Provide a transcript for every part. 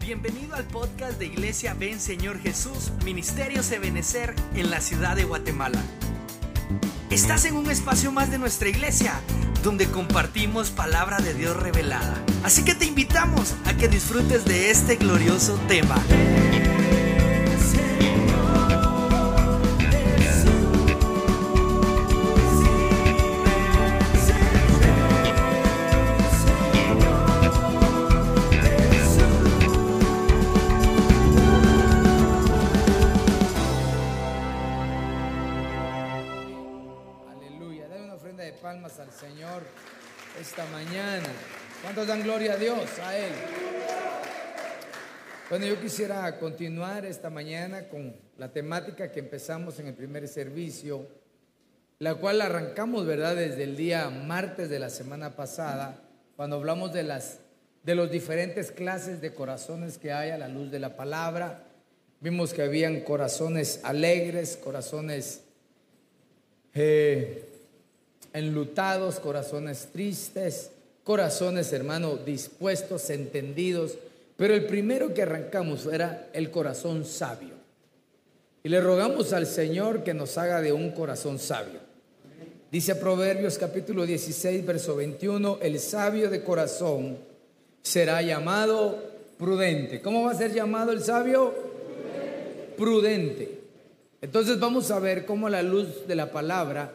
Bienvenido al podcast de Iglesia Ven Señor Jesús, Ministerios Ebenecer en la ciudad de Guatemala. Estás en un espacio más de nuestra iglesia, donde compartimos palabra de Dios revelada. Así que te invitamos a que disfrutes de este glorioso tema. Palmas al Señor esta mañana. ¿Cuántos dan gloria a Dios? A Él. Bueno, yo quisiera continuar esta mañana con la temática que empezamos en el primer servicio, la cual arrancamos, ¿verdad?, desde el día martes de la semana pasada, cuando hablamos de los diferentes clases de corazones que hay a la luz de la palabra. Vimos que habían corazones alegres, corazones enlutados, corazones tristes, corazones, hermano, dispuestos, entendidos. Pero el primero que arrancamos era el corazón sabio. Y le rogamos al Señor que nos haga de un corazón sabio. Dice Proverbios capítulo 16, verso 21, el sabio de corazón será llamado prudente. ¿Cómo va a ser llamado el sabio? Prudente. Entonces vamos a ver cómo a la luz de la palabra,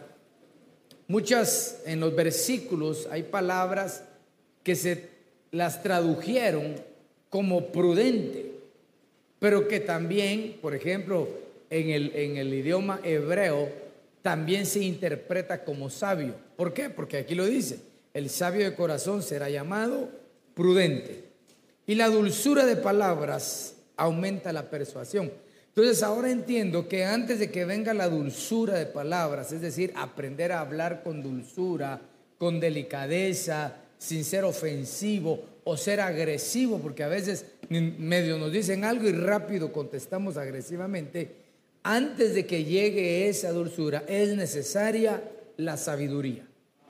en los versículos hay palabras que se las tradujeron como prudente, pero que también, por ejemplo, en el idioma hebreo, también se interpreta como sabio. ¿Por qué? Porque aquí lo dice, el sabio de corazón será llamado prudente. Y la dulzura de palabras aumenta la persuasión. Entonces ahora entiendo que antes de que venga la dulzura de palabras, es decir, aprender a hablar con dulzura, con delicadeza, sin ser ofensivo o ser agresivo, porque a veces medio nos dicen algo y rápido contestamos agresivamente. Antes de que llegue esa dulzura es necesaria la sabiduría.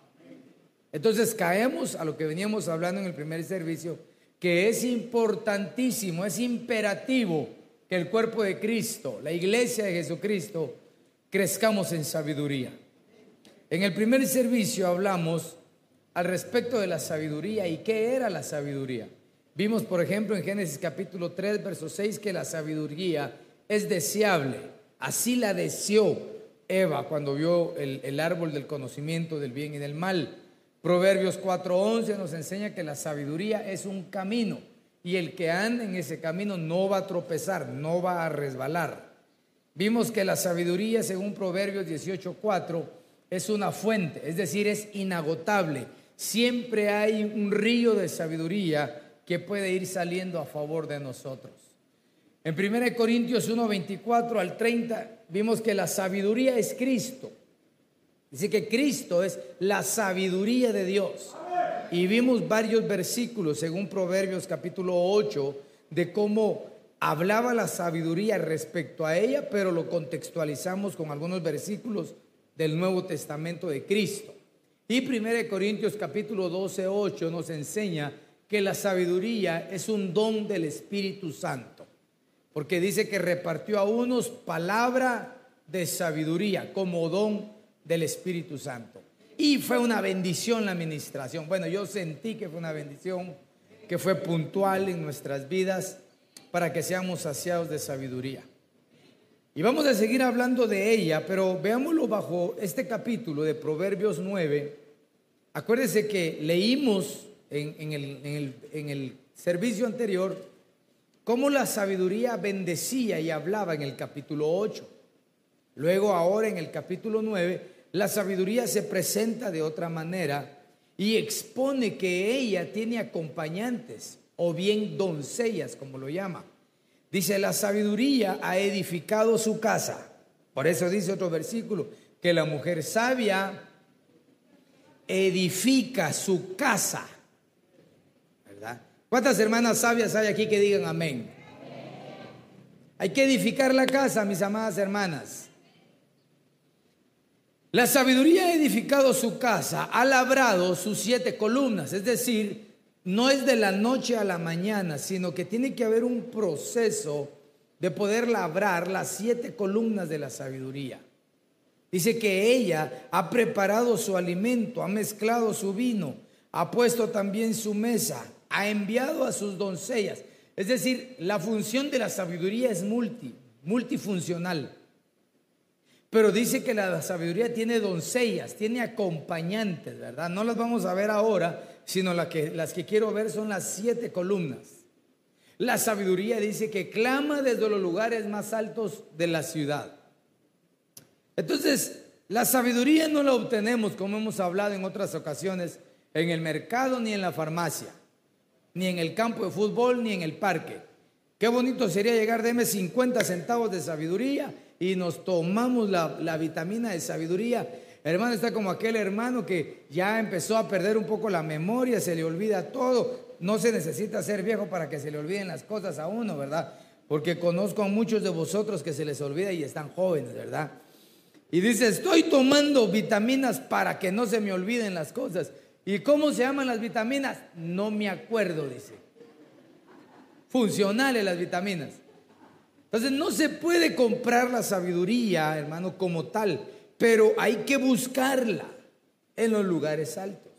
Entonces caemos a lo que veníamos hablando en el primer servicio, que es importantísimo, es imperativo que el cuerpo de Cristo, la iglesia de Jesucristo, crezcamos en sabiduría. En el primer servicio hablamos al respecto de la sabiduría y qué era la sabiduría. Vimos, por ejemplo, en Génesis capítulo 3, verso 6, que la sabiduría es deseable. Así la deseó Eva cuando vio el árbol del conocimiento del bien y del mal. Proverbios 4:11 nos enseña que la sabiduría es un camino. Y el que anda en ese camino no va a tropezar, no va a resbalar. Vimos que la sabiduría, según Proverbios 18:4, es una fuente, es decir, es inagotable. Siempre hay un río de sabiduría que puede ir saliendo a favor de nosotros. En 1 Corintios 1:24 al 30, vimos que la sabiduría es Cristo. Dice que Cristo es la sabiduría de Dios. Y vimos varios versículos, según Proverbios capítulo 8, de cómo hablaba la sabiduría respecto a ella, pero lo contextualizamos con algunos versículos del Nuevo Testamento de Cristo. Y 1 Corintios capítulo 12:8 nos enseña que la sabiduría es un don del Espíritu Santo, porque dice que repartió a unos palabra de sabiduría como don del Espíritu Santo. Y fue una bendición la administración. Bueno, yo sentí que fue una bendición, que fue puntual en nuestras vidas para que seamos saciados de sabiduría. Y vamos a seguir hablando de ella, pero veámoslo bajo este capítulo de Proverbios 9. Acuérdense que leímos en el servicio anterior cómo la sabiduría bendecía y hablaba en el capítulo 8. Luego ahora en el capítulo 9, la sabiduría se presenta de otra manera y expone que ella tiene acompañantes o bien doncellas, como lo llama. Dice, la sabiduría ha edificado su casa. Por eso dice otro versículo, que la mujer sabia edifica su casa. ¿Verdad? ¿Cuántas hermanas sabias hay aquí que digan amén? Hay que edificar la casa, mis amadas hermanas. La sabiduría ha edificado su casa, ha labrado sus 7 columnas, es decir, no es de la noche a la mañana, sino que tiene que haber un proceso de poder labrar las 7 columnas de la sabiduría. Dice que ella ha preparado su alimento, ha mezclado su vino, ha puesto también su mesa, ha enviado a sus doncellas. Es decir, la función de la sabiduría es multifuncional. Pero dice que la sabiduría tiene doncellas, tiene acompañantes, ¿verdad? No las vamos a ver ahora, sino las que quiero ver son las 7 columnas. La sabiduría dice que clama desde los lugares más altos de la ciudad. Entonces, la sabiduría no la obtenemos, como hemos hablado en otras ocasiones, en el mercado ni en la farmacia, ni en el campo de fútbol, ni en el parque. Qué bonito sería llegar, deme 50 centavos de sabiduría y nos tomamos la vitamina de sabiduría. Hermano, está como aquel hermano que ya empezó a perder un poco la memoria, se le olvida todo. No se necesita ser viejo para que se le olviden las cosas a uno, ¿verdad? Porque conozco a muchos de vosotros que se les olvida y están jóvenes, ¿verdad? Y dice, estoy tomando vitaminas para que no se me olviden las cosas. ¿Y cómo se llaman las vitaminas? No me acuerdo, dice. Funcionales las vitaminas. Entonces no se puede comprar la sabiduría, hermano, como tal, pero hay que buscarla en los lugares altos.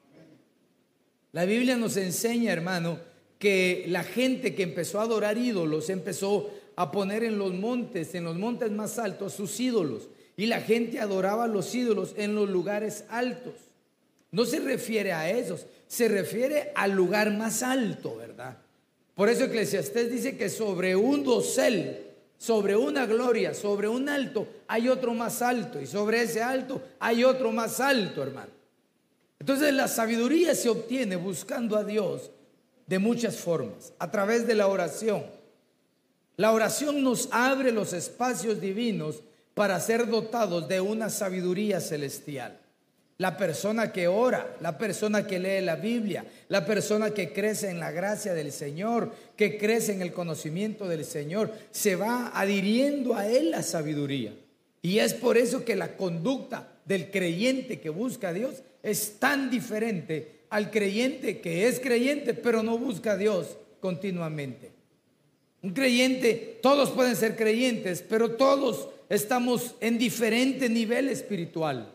La Biblia nos enseña, hermano, que la gente que empezó a adorar ídolos empezó a poner en los montes más altos sus ídolos. Y la gente adoraba a los ídolos en los lugares altos. No se refiere a esos, se refiere al lugar más alto, ¿verdad? Por eso Eclesiastés dice que sobre un dosel, sobre una gloria, sobre un alto, hay otro más alto. Y sobre ese alto hay otro más alto, hermano. Entonces la sabiduría se obtiene buscando a Dios de muchas formas, a través de la oración. La oración nos abre los espacios divinos para ser dotados de una sabiduría celestial. La persona que ora, la persona que lee la Biblia, la persona que crece en la gracia del Señor, que crece en el conocimiento del Señor, se va adhiriendo a él la sabiduría. Y es por eso que la conducta del creyente que busca a Dios es tan diferente al creyente que es creyente pero no busca a Dios continuamente. Un creyente, todos pueden ser creyentes, pero todos estamos en diferente nivel espiritual.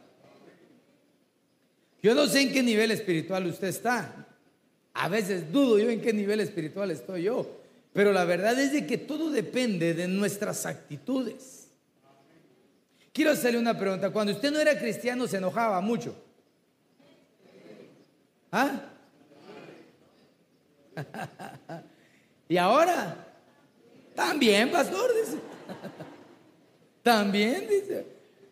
Yo no sé en qué nivel espiritual usted está. A veces dudo yo en qué nivel espiritual estoy yo. Pero la verdad es de que todo depende de nuestras actitudes. Quiero hacerle una pregunta. Cuando usted no era cristiano, ¿se enojaba mucho? ¿Ah? ¿Y ahora? También, pastor, dice. También, dice.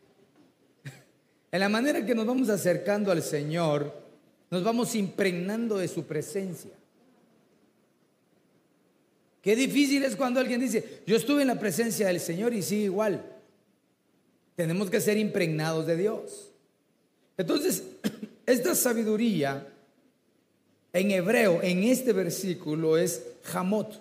En la manera que nos vamos acercando al Señor, nos vamos impregnando de su presencia. Qué difícil es cuando alguien dice, yo estuve en la presencia del Señor y sigue igual. Tenemos que ser impregnados de Dios. Entonces, esta sabiduría en hebreo, en este versículo, es Hamot.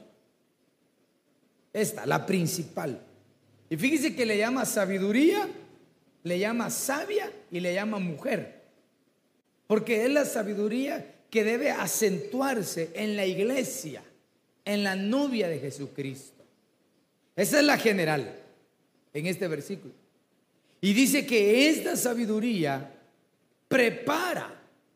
Esta, la principal. Y fíjese que le llama sabiduría, le llama sabia y le llama mujer. Porque es la sabiduría que debe acentuarse en la iglesia, en la novia de Jesucristo. Esa es la general en este versículo. Y dice que esta sabiduría prepara,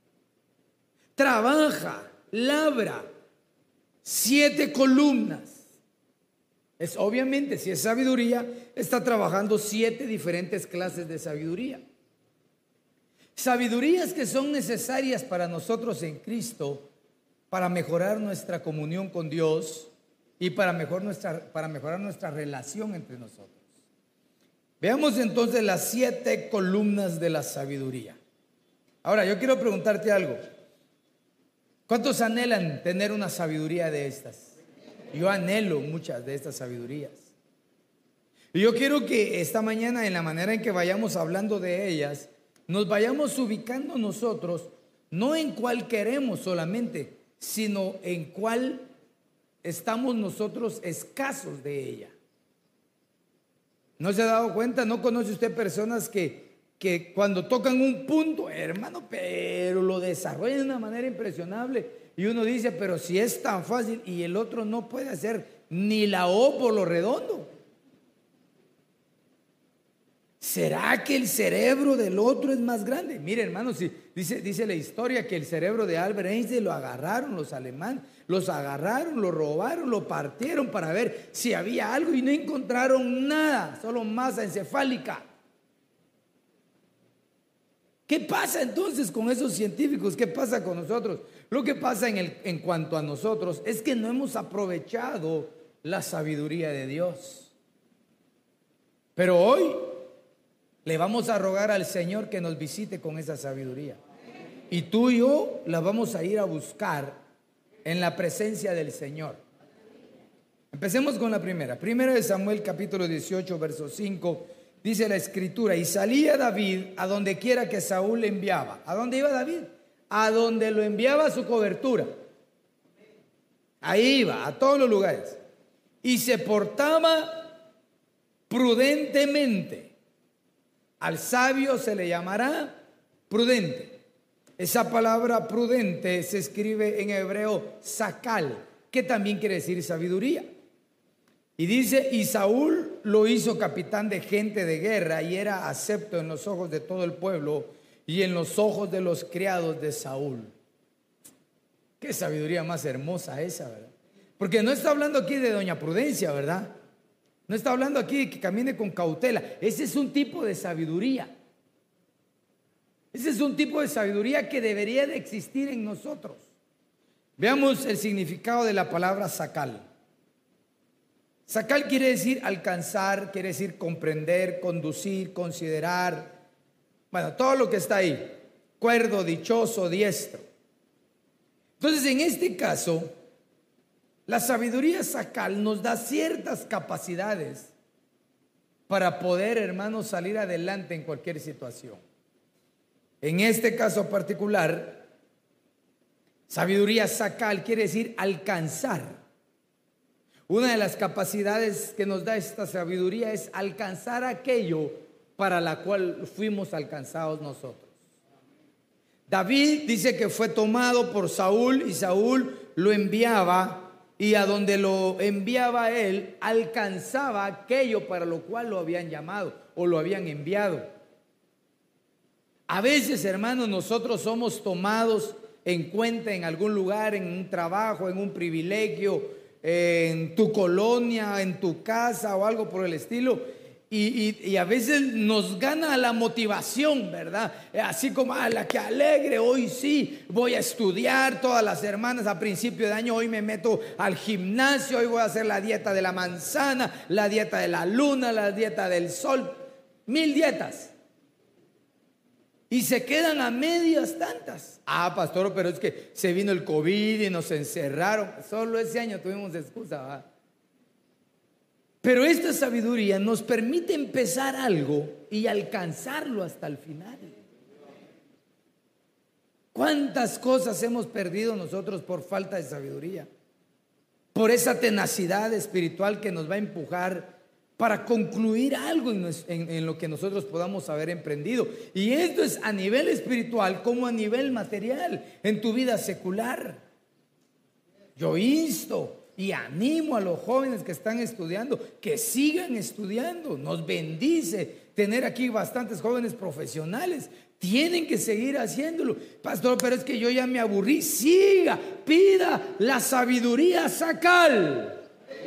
trabaja, labra 7 columnas. Es obviamente, si es sabiduría, está trabajando 7 diferentes clases de sabiduría. Sabidurías que son necesarias para nosotros en Cristo, para mejorar nuestra comunión con Dios y para mejorar nuestra relación entre nosotros. Veamos entonces las 7 columnas de la sabiduría. Ahora, yo quiero preguntarte algo. ¿Cuántos anhelan tener una sabiduría de estas? Yo anhelo muchas de estas sabidurías. Y yo quiero que esta mañana, en la manera en que vayamos hablando de ellas, nos vayamos ubicando nosotros, no en cuál queremos solamente, sino en cuál estamos nosotros escasos de ella. ¿No se ha dado cuenta? ¿No conoce usted personas que cuando tocan un punto, hermano, pero lo desarrollan de una manera impresionable? Y uno dice, pero si es tan fácil y el otro no puede hacer ni la O por lo redondo. ¿Será que el cerebro del otro es más grande? Mire, hermanos, si dice la historia que el cerebro de Albert Einstein lo agarraron los alemanes, los agarraron, lo robaron, lo partieron para ver si había algo y no encontraron nada, solo masa encefálica. ¿Qué pasa entonces con esos científicos? ¿Qué pasa con nosotros? Lo que pasa en cuanto a nosotros es que no hemos aprovechado la sabiduría de Dios. Pero hoy le vamos a rogar al Señor que nos visite con esa sabiduría. Y tú y yo la vamos a ir a buscar en la presencia del Señor. Empecemos con la primera. Primera de Samuel capítulo 18, verso 5. Dice la escritura, y salía David a donde quiera que Saúl le enviaba. ¿A dónde iba David? A donde lo enviaba su cobertura. Ahí iba, a todos los lugares. Y se portaba prudentemente. Al sabio se le llamará prudente. Esa palabra prudente se escribe en hebreo sakal, que también quiere decir sabiduría. Y dice, y Saúl lo hizo capitán de gente de guerra y era acepto en los ojos de todo el pueblo y en los ojos de los criados de Saúl. Qué sabiduría más hermosa esa, ¿verdad? Porque no está hablando aquí de doña Prudencia, ¿verdad? No está hablando aquí de que camine con cautela. Ese es un tipo de sabiduría. Ese es un tipo de sabiduría que debería de existir en nosotros. Veamos el significado de la palabra sakal. Sakal quiere decir alcanzar, quiere decir comprender, conducir, considerar. Bueno, todo lo que está ahí. Cuerdo, dichoso, diestro. Entonces, en este caso, la sabiduría sakal nos da ciertas capacidades para poder, hermanos, salir adelante en cualquier situación. En este caso particular, sabiduría sakal quiere decir alcanzar. Una de las capacidades que nos da esta sabiduría es alcanzar aquello para la cual fuimos alcanzados nosotros. David dice que fue tomado por Saúl y Saúl lo enviaba, y a donde lo enviaba él alcanzaba aquello para lo cual lo habían llamado o lo habían enviado. A veces, hermanos, nosotros somos tomados en cuenta en algún lugar, en un trabajo, en un privilegio, en tu colonia, en tu casa o algo por el estilo, y a veces nos gana la motivación, ¿verdad? Así como, la que alegre, hoy sí voy a estudiar, todas las hermanas a principio de año, hoy me meto al gimnasio, hoy voy a hacer la dieta de la manzana, la dieta de la luna, la dieta del sol, 1000 dietas. Y se quedan a medias tantas. Pastor, pero es que se vino el COVID y nos encerraron. Solo ese año tuvimos excusa, ¿verdad? Pero esta sabiduría nos permite empezar algo y alcanzarlo hasta el final. ¿Cuántas cosas hemos perdido nosotros por falta de sabiduría? Por esa tenacidad espiritual que nos va a empujar para concluir algo en lo que nosotros podamos haber emprendido. Y esto es a nivel espiritual como a nivel material, en tu vida secular. Yo insto y animo a los jóvenes que están estudiando, que sigan estudiando. Nos bendice tener aquí bastantes jóvenes profesionales. Tienen que seguir haciéndolo. Pastor, pero es que yo ya me aburrí. Siga, pida la sabiduría sakal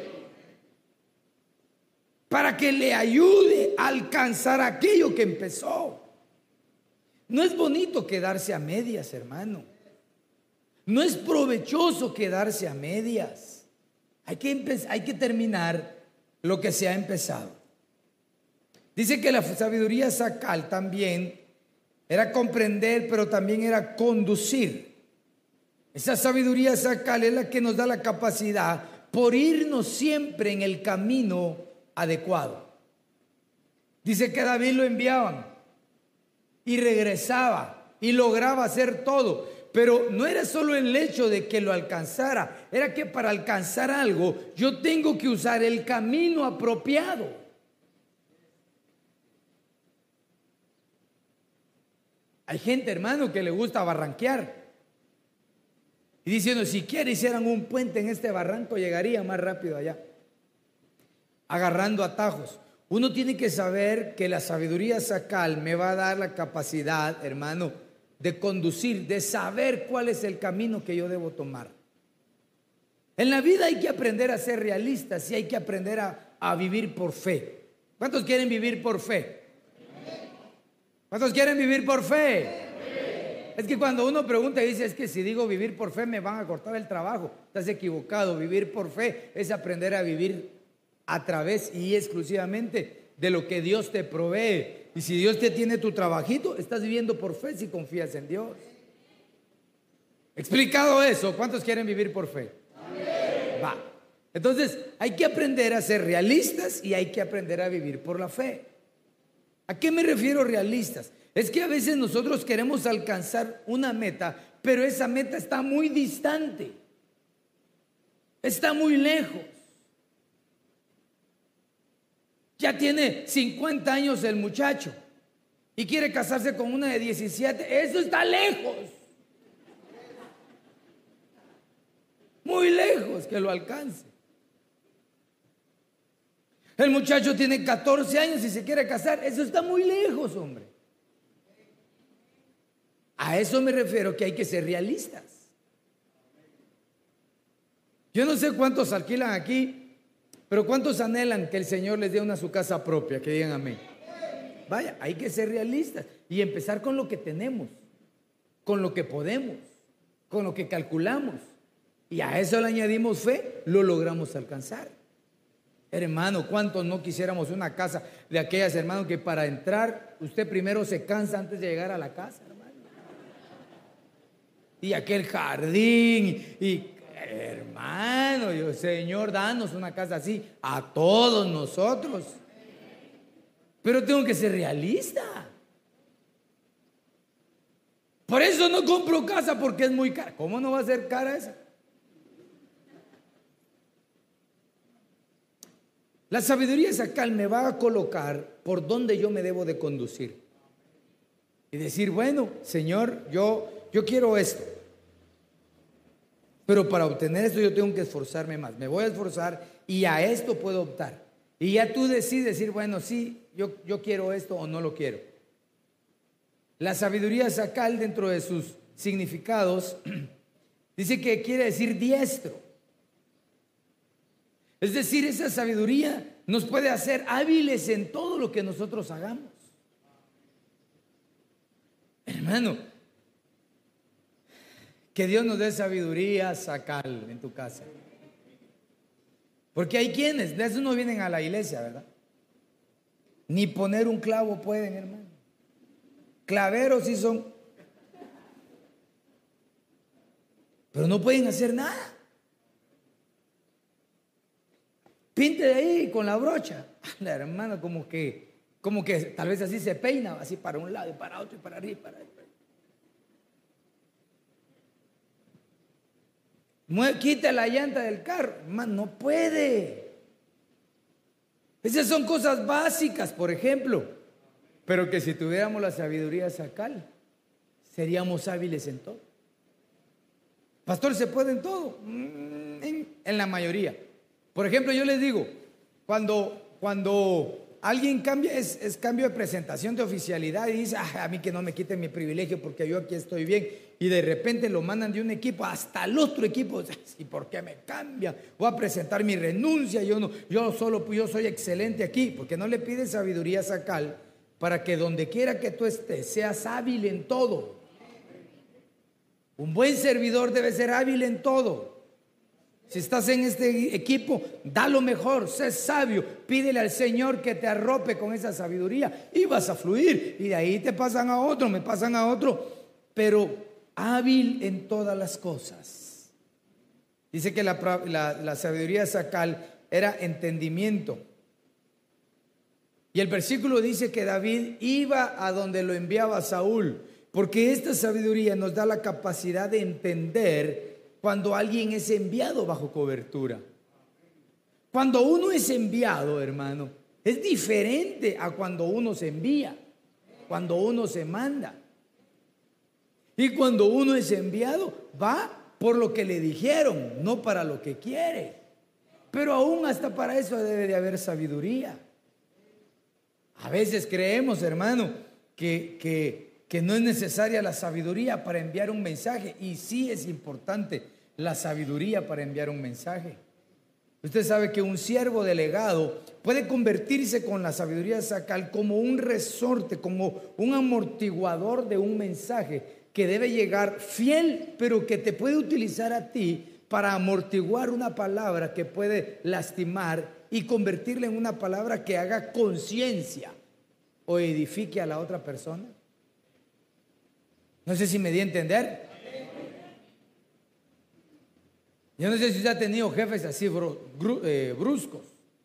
para que le ayude a alcanzar aquello que empezó. No es bonito quedarse a medias, hermano. No es provechoso quedarse a medias. Hay que terminar lo que se ha empezado. Dice que la sabiduría sakal también era comprender, pero también era conducir. Esa sabiduría sakal es la que nos da la capacidad por irnos siempre en el camino adecuado. Dice que a David lo enviaban y regresaba y lograba hacer todo. Pero no era solo el hecho de que lo alcanzara, era que para alcanzar algo yo tengo que usar el camino apropiado. Hay gente, hermano, que le gusta barranquear. Y diciendo, si quiera hicieran un puente en este barranco, llegaría más rápido allá, agarrando atajos. Uno tiene que saber que la sabiduría sacal me va a dar la capacidad, hermano, de conducir, de saber cuál es el camino que yo debo tomar. En la vida hay que aprender a ser realistas y hay que aprender a vivir por fe. ¿Cuántos quieren vivir por fe? ¿Cuántos quieren vivir por fe? Es que cuando uno pregunta y dice, es que si digo vivir por fe me van a cortar el trabajo. Estás equivocado. Vivir por fe es aprender a vivir a través y exclusivamente de lo que Dios te provee. Y si Dios te tiene tu trabajito, estás viviendo por fe si confías en Dios. Explicado eso, ¿cuántos quieren vivir por fe? Amén. Va. Entonces, hay que aprender a ser realistas y hay que aprender a vivir por la fe. ¿A qué me refiero realistas? Es que a veces nosotros queremos alcanzar una meta, pero esa meta está muy distante, está muy lejos. Ya tiene 50 años el muchacho y quiere casarse con una de 17. Eso está lejos, muy lejos que lo alcance. El muchacho tiene 14 años y se quiere casar. Eso está muy lejos, hombre. A eso me refiero, que hay que ser realistas. Yo no sé cuántos alquilan aquí, pero cuántos anhelan que el Señor les dé su casa propia, que digan amén. Vaya, hay que ser realistas y empezar con lo que tenemos, con lo que podemos, con lo que calculamos. Y a eso le añadimos fe, lo logramos alcanzar. Hermano, ¿cuántos no quisiéramos una casa de aquellas, hermano, que para entrar usted primero se cansa antes de llegar a la casa, hermano? Y aquel jardín, y hermano, yo, Señor, danos una casa así a todos nosotros. Pero tengo que ser realista. Por eso no compro casa, porque es muy cara. ¿Cómo no va a ser cara esa? La sabiduría sacal me va a colocar por donde yo me debo de conducir. Y decir, bueno, Señor, yo quiero esto. Pero para obtener esto yo tengo que esforzarme más. Me voy a esforzar y a esto puedo optar. Y ya tú decides decir, bueno, sí, yo quiero esto o no lo quiero. La sabiduría sacal, dentro de sus significados, dice que quiere decir diestro. Es decir, esa sabiduría nos puede hacer hábiles en todo lo que nosotros hagamos. Hermano, que Dios nos dé sabiduría sacal en tu casa. Porque hay quienes, de eso no vienen a la iglesia, ¿verdad? Ni poner un clavo pueden, hermano. Claveros sí son, pero no pueden hacer nada. Pinte de ahí con la brocha. La hermana como que tal vez así se peina, así para un lado y para otro y para arriba y para arriba. Quita la llanta del carro, hermano, no puede. Esas son cosas básicas, por ejemplo. Pero que si tuviéramos la sabiduría sacal, seríamos hábiles en todo. Pastor, ¿se puede en todo? En la mayoría. Por ejemplo, yo les digo, cuando alguien cambia, es cambio de presentación, de oficialidad, y dice, a mí que no me quiten mi privilegio porque yo aquí estoy bien, y de repente lo mandan de un equipo hasta el otro equipo, ¿y por qué me cambian? Voy a presentar mi renuncia, yo soy excelente aquí, porque no le pides sabiduría sacal para que donde quiera que tú estés seas hábil en todo. Un buen servidor debe ser hábil en todo. Si estás en este equipo, da lo mejor, sé sabio, pídele al Señor que te arrope con esa sabiduría y vas a fluir. Y de ahí te pasan a otro, me pasan a otro, pero hábil en todas las cosas. Dice que la sabiduría sacal era entendimiento. Y el versículo dice que David iba a donde lo enviaba Saúl, porque esta sabiduría nos da la capacidad de entender cuando alguien es enviado bajo cobertura. Cuando uno es enviado, hermano, es diferente a cuando uno se envía, cuando uno se manda. Y cuando uno es enviado, va por lo que le dijeron, no para lo que quiere. Pero aún hasta para eso debe de haber sabiduría. A veces creemos, hermano, que no es necesaria la sabiduría para enviar un mensaje. Y sí es importante la sabiduría para enviar un mensaje. Usted sabe que un siervo delegado puede convertirse con la sabiduría sacal como un resorte, como un amortiguador de un mensaje que debe llegar fiel, pero que te puede utilizar a ti para amortiguar una palabra que puede lastimar y convertirla en una palabra que haga conciencia o edifique a la otra persona. No sé si me di a entender. Yo no sé si usted ha tenido jefes así bruscos.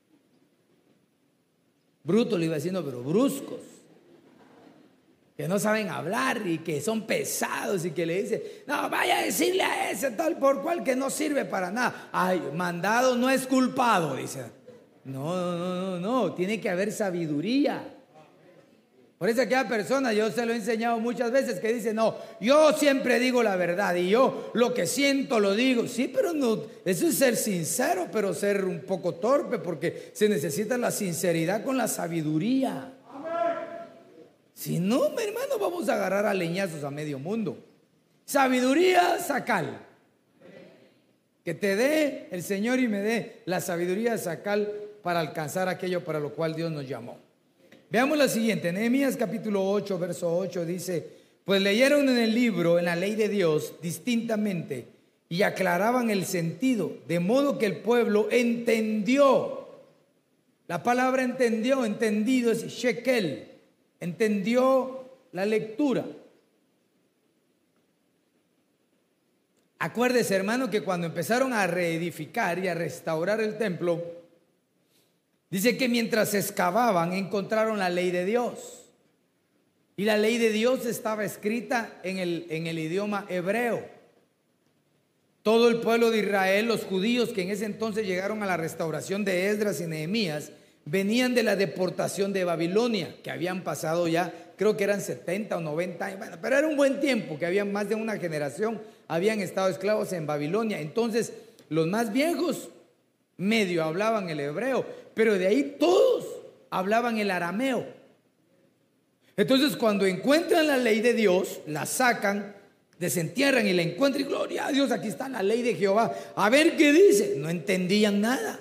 Bruto le iba diciendo, pero bruscos. Que no saben hablar y que son pesados y que le dicen, no, vaya a decirle a ese tal por cual que no sirve para nada. Ay, mandado no es culpado, dice. No, tiene que haber sabiduría. Por eso aquella persona, yo se lo he enseñado muchas veces, que dice, no, yo siempre digo la verdad y yo lo que siento lo digo. Sí, pero no, eso es ser sincero, pero ser un poco torpe, porque se necesita la sinceridad con la sabiduría. Si no, mi hermano, vamos a agarrar a leñazos a medio mundo. Sabiduría sacal. Que te dé el Señor y me dé la sabiduría sacal para alcanzar aquello para lo cual Dios nos llamó. Veamos la siguiente, Nehemías capítulo 8, verso 8 dice, pues leyeron en el libro, en la ley de Dios, distintamente y aclaraban el sentido, de modo que el pueblo entendió. La palabra entendido es shekel, entendió la lectura. Acuérdese, hermano, que cuando empezaron a reedificar y a restaurar el templo, dice que mientras excavaban encontraron la ley de Dios. Y la ley de Dios estaba escrita en el idioma hebreo. Todo el pueblo de Israel, los judíos que en ese entonces llegaron a la restauración de Esdras y Nehemías, venían de la deportación de Babilonia, que habían pasado ya, creo que eran 70 o 90 años, bueno, pero era un buen tiempo, que habían más de una generación, habían estado esclavos en Babilonia. Entonces, los más viejos medio hablaban el hebreo, pero de ahí todos hablaban el arameo. Entonces, cuando encuentran la ley de Dios, la sacan, desentierran y la encuentran, y gloria a Dios, aquí está la ley de Jehová, a ver qué dice. No entendían nada,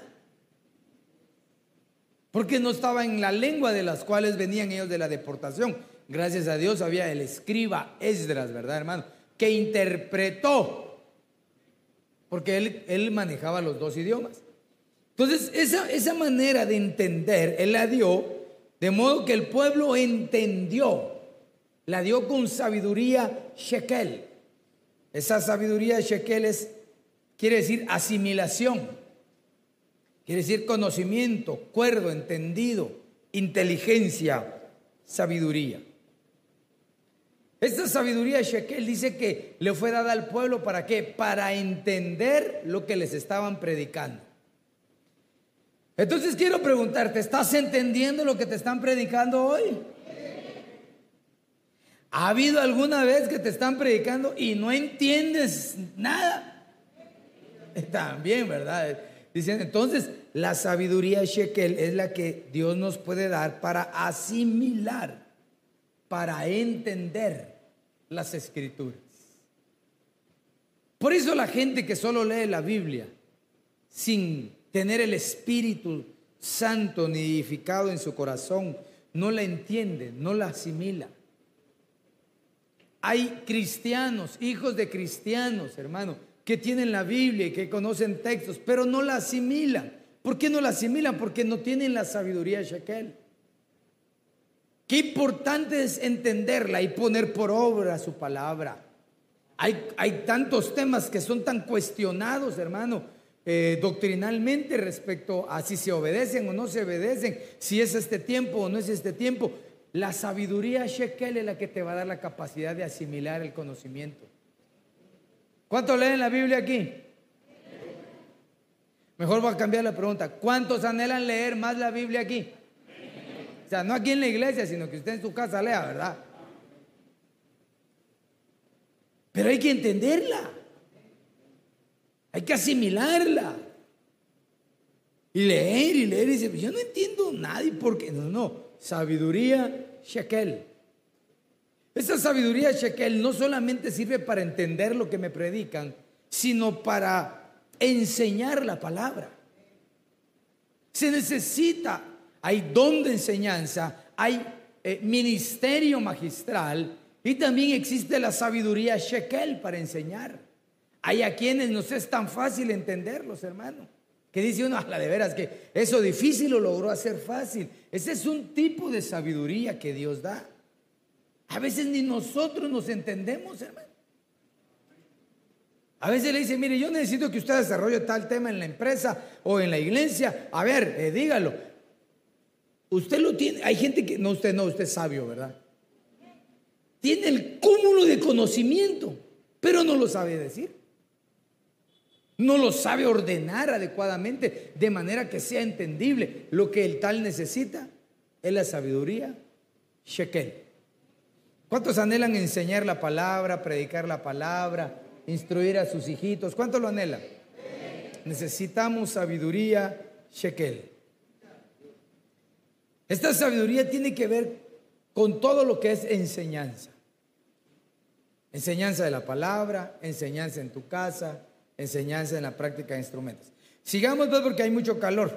porque no estaba en la lengua de las cuales venían ellos de la deportación. Gracias a Dios había el escriba Esdras, ¿verdad, hermano?, que interpretó, porque él manejaba los dos idiomas. Entonces, esa manera de entender, él la dio, de modo que el pueblo entendió, la dio con sabiduría shekel. Esa sabiduría shekel quiere decir asimilación, quiere decir conocimiento, cuerdo, entendido, inteligencia, sabiduría. Esta sabiduría shekel dice que le fue dada al pueblo, ¿para qué? Para entender lo que les estaban predicando. Entonces quiero preguntarte, ¿estás entendiendo lo que te están predicando hoy? ¿Ha habido alguna vez que te están predicando y no entiendes nada? También, ¿verdad? Dicen, entonces, la sabiduría shekel es la que Dios nos puede dar para asimilar, para entender las escrituras. Por eso la gente que solo lee la Biblia sin tener el Espíritu Santo nidificado en su corazón, no la entiende, no la asimila. Hay cristianos, hijos de cristianos, hermano, que tienen la Biblia y que conocen textos, pero no la asimilan. ¿Por qué no la asimilan? Porque no tienen la sabiduría shekel. Qué importante es entenderla y poner por obra su palabra. Hay tantos temas que son tan cuestionados, hermano, doctrinalmente, respecto a si se obedecen o no se obedecen, si es este tiempo o no es este tiempo. La sabiduría shekel es la que te va a dar la capacidad de asimilar el conocimiento. ¿Cuántos leen la Biblia aquí? Mejor voy a cambiar la pregunta. ¿Cuántos anhelan leer más la Biblia aquí? O sea, no aquí en la iglesia, sino que usted en su casa lea, ¿verdad? Pero hay que entenderla. Hay que asimilarla. Y leer y leer y dice, yo no entiendo nada. ¿Y por qué? No, sabiduría shekel. Esa sabiduría shekel no solamente sirve para entender lo que me predican, sino para enseñar la palabra. Se necesita, hay don de enseñanza, hay ministerio magistral y también existe la sabiduría shekel para enseñar. Hay a quienes nos es tan fácil entenderlos, hermano, que dice uno, la de veras que eso difícil lo logró hacer fácil. Ese es un tipo de sabiduría que Dios da. A veces ni nosotros nos entendemos, hermano. A veces le dice, mire, yo necesito que usted desarrolle tal tema en la empresa o en la iglesia. A ver, dígalo. Usted lo tiene. Hay gente que, usted es sabio, ¿verdad? Tiene el cúmulo de conocimiento, pero no lo sabe decir. No lo sabe ordenar adecuadamente, de manera que sea entendible. Lo que el tal necesita es la sabiduría shekel. ¿Cuántos anhelan enseñar la palabra, predicar la palabra, instruir a sus hijitos? ¿Cuántos lo anhelan? Necesitamos sabiduría shekel. Esta sabiduría tiene que ver con todo lo que es enseñanza. Enseñanza de la palabra, enseñanza en tu casa, enseñanza en la práctica de instrumentos. Sigamos pues porque hay mucho calor.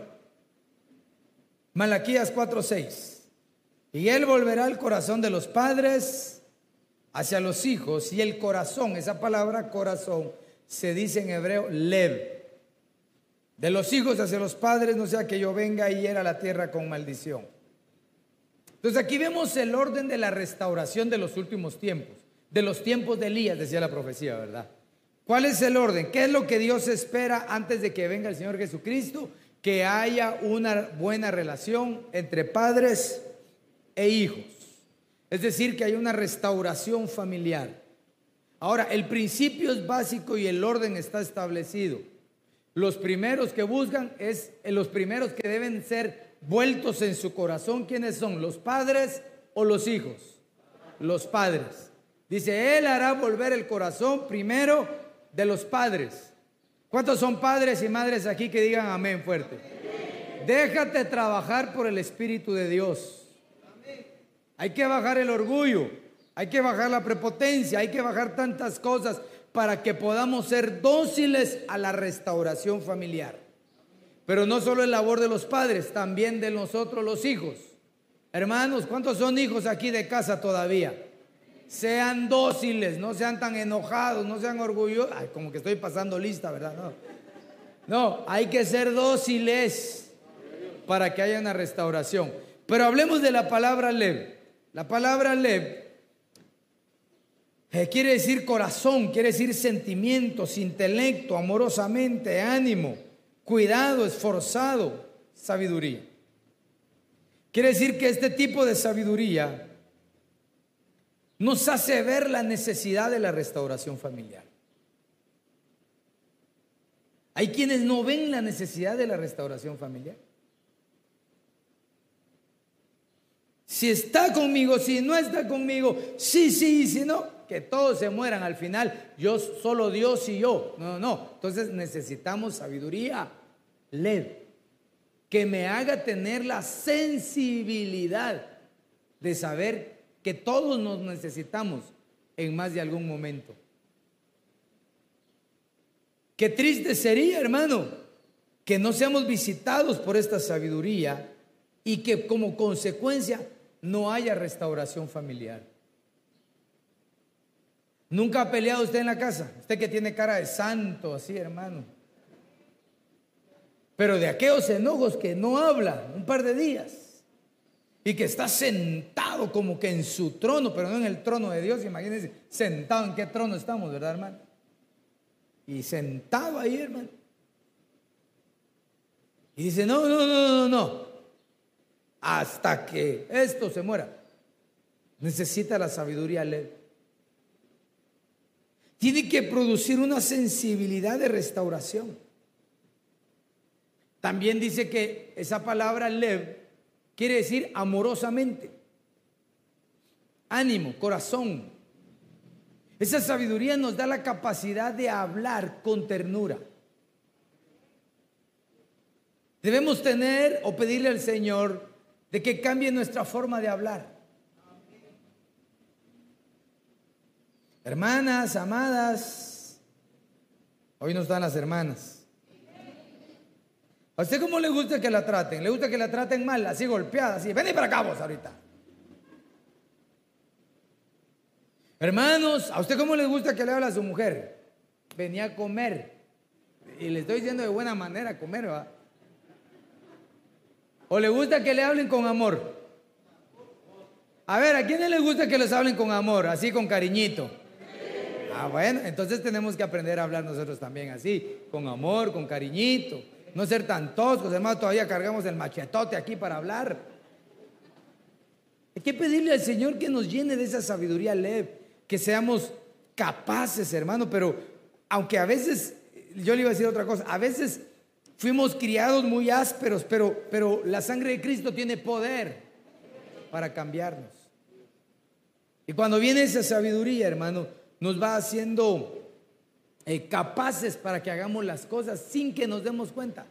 Malaquías 4:6. Y él volverá el corazón de los padres hacia los hijos, y el corazón, esa palabra corazón, se dice en hebreo lev. De los hijos hacia los padres, no sea que yo venga y hiera la tierra con maldición. Entonces aquí vemos el orden de la restauración de los últimos tiempos, de los tiempos de Elías, decía la profecía, ¿verdad? ¿Cuál es el orden? ¿Qué es lo que Dios espera antes de que venga el Señor Jesucristo? Que haya una buena relación entre padres e hijos. Es decir, que haya una restauración familiar. Ahora, el principio es básico y el orden está establecido. Los primeros que buscan los primeros que deben ser vueltos en su corazón. ¿Quiénes son? ¿Los padres o los hijos? Los padres. Dice, Él hará volver el corazón primero de los padres. ¿Cuántos son padres y madres aquí que digan amén fuerte? Amén. Déjate trabajar por el Espíritu de Dios. Amén. Hay que bajar el orgullo, hay que bajar la prepotencia, hay que bajar tantas cosas para que podamos ser dóciles a la restauración familiar. Pero no solo es labor de los padres, también de nosotros los hijos. Hermanos, ¿cuántos son hijos aquí de casa todavía? Sean dóciles, no sean tan enojados, no sean orgullosos. Ay, como que estoy pasando lista, ¿verdad? No, hay que ser dóciles para que haya una restauración. Pero hablemos de la palabra lev. La palabra lev quiere decir corazón, quiere decir sentimientos, intelecto, amorosamente, ánimo, cuidado, esforzado, sabiduría. Quiere decir que este tipo de sabiduría nos hace ver la necesidad de la restauración familiar. Hay quienes no ven la necesidad de la restauración familiar. Si está conmigo, si no está conmigo, sí, si no, que todos se mueran al final, yo solo Dios y yo. No. Entonces necesitamos sabiduría, lev, que me haga tener la sensibilidad de saber que todos nos necesitamos en más de algún momento. Qué triste sería, hermano, que no seamos visitados por esta sabiduría y que como consecuencia no haya restauración familiar. ¿Nunca ha peleado usted en la casa? Usted que tiene cara de santo así, hermano. Pero de aquellos enojos que no habla un par de días y que está sentado como que en su trono, pero no en el trono de Dios. Imagínense, sentado, ¿en qué trono estamos, verdad, hermano? Y sentado ahí, hermano. Y dice, no. Hasta que esto se muera. Necesita la sabiduría lev. Tiene que producir una sensibilidad de restauración. También dice que esa palabra lev quiere decir amorosamente. Ánimo, corazón. Esa sabiduría nos da la capacidad de hablar con ternura. Debemos tener o pedirle al Señor de que cambie nuestra forma de hablar. Hermanas, amadas, hoy no están las hermanas. ¿A usted cómo le gusta que la traten? ¿Le gusta que la traten mal, así golpeada, así? Ven para acá vos ahorita. Hermanos, ¿a usted cómo le gusta que le hable a su mujer? Venía a comer. Y le estoy diciendo de buena manera comer, ¿va? ¿O le gusta que le hablen con amor? A ver, ¿a quiénes les gusta que les hablen con amor? Así, con cariñito. Ah, bueno, entonces tenemos que aprender a hablar nosotros también así, con amor, con cariñito. No ser tan toscos, hermano, todavía cargamos el machetote aquí para hablar. Hay que pedirle al Señor que nos llene de esa sabiduría leve, que seamos capaces, hermano, pero aunque a veces, yo le iba a decir otra cosa, a veces fuimos criados muy ásperos, pero la sangre de Cristo tiene poder para cambiarnos. Y cuando viene esa sabiduría, hermano, nos va haciendo capaces para que hagamos las cosas sin que nos demos cuenta.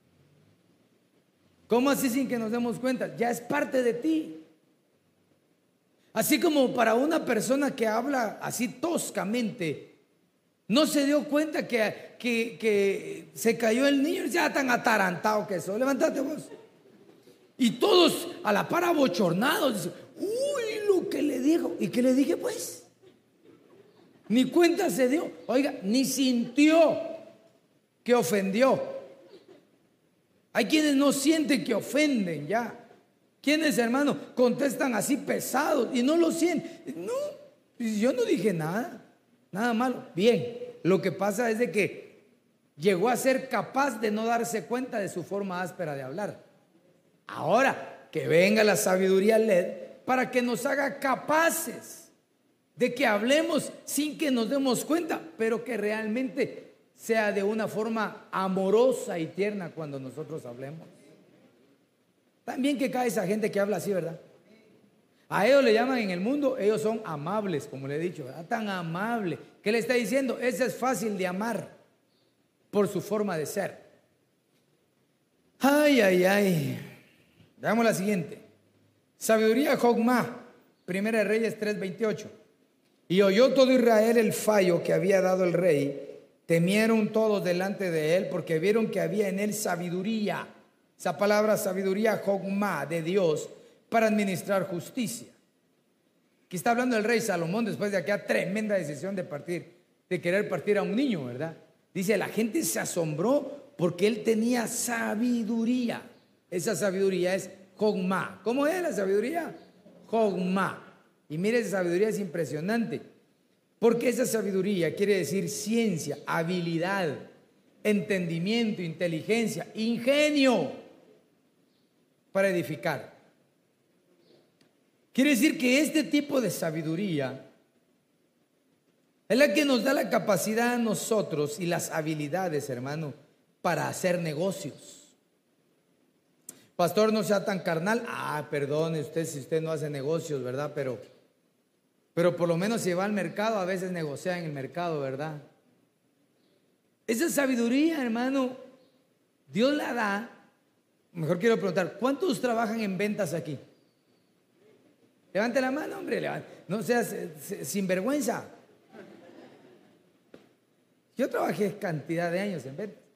¿Cómo así sin que nos demos cuenta? Ya es parte de ti. Así como para una persona que habla así toscamente, no se dio cuenta que se cayó el niño, ya tan atarantado que eso. Levántate vos. Y todos a la par abochornados, dicen, uy, lo que le dijo. ¿Y qué le dije pues? Ni cuenta se dio, oiga, ni sintió que ofendió. Hay quienes no sienten que ofenden ya. ¿Quiénes, hermano, contestan así pesados y no lo sienten? No, yo no dije nada malo. Bien, lo que pasa es de que llegó a ser capaz de no darse cuenta de su forma áspera de hablar. Ahora, que venga la sabiduría LED para que nos haga capaces de que hablemos sin que nos demos cuenta, pero que realmente sea de una forma amorosa y tierna cuando nosotros hablemos. También que cae esa gente que habla así, ¿verdad? A ellos le llaman en el mundo, ellos son amables, como le he dicho, ¿verdad? Tan amable. ¿Qué le está diciendo? Ese es fácil de amar por su forma de ser. Ay, ay, ay. Veamos la siguiente. Sabiduría Jogma, Primera de Reyes 3:28. Y oyó todo Israel el fallo que había dado el rey. Temieron todos delante de él porque vieron que había en él sabiduría. Esa palabra sabiduría, Jogma, de Dios, para administrar justicia. Aquí está hablando el rey Salomón después de aquella tremenda decisión de querer partir a un niño, ¿verdad? Dice, la gente se asombró porque él tenía sabiduría. Esa sabiduría es Jogma. ¿Cómo es la sabiduría? Jogma. Y mire, esa sabiduría es impresionante, porque esa sabiduría quiere decir ciencia, habilidad, entendimiento, inteligencia, ingenio para edificar. Quiere decir que este tipo de sabiduría es la que nos da la capacidad a nosotros y las habilidades, hermano, para hacer negocios. Pastor, no sea tan carnal. Perdone usted si usted no hace negocios, ¿verdad? Pero por lo menos si va al mercado, a veces negocia en el mercado, ¿verdad? Esa sabiduría, hermano, Dios la da. Mejor quiero preguntar, ¿cuántos trabajan en ventas aquí? Levante la mano, hombre, no seas sinvergüenza. Yo trabajé cantidad de años en ventas.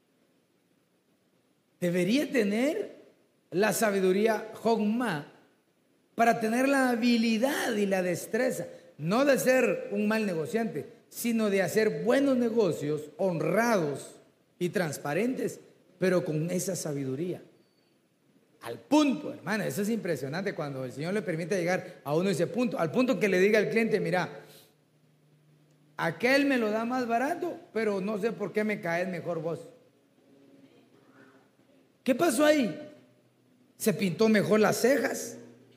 Debería tener la sabiduría Jogma para tener la habilidad y la destreza, no de ser un mal negociante, sino de hacer buenos negocios, honrados y transparentes, pero con esa sabiduría. Al punto, hermano, eso es impresionante cuando el Señor le permite llegar a uno ese punto, al punto que le diga al cliente, mira, aquel me lo da más barato, pero no sé por qué me caes mejor vos. ¿Qué pasó ahí? ¿Se pintó mejor las cejas?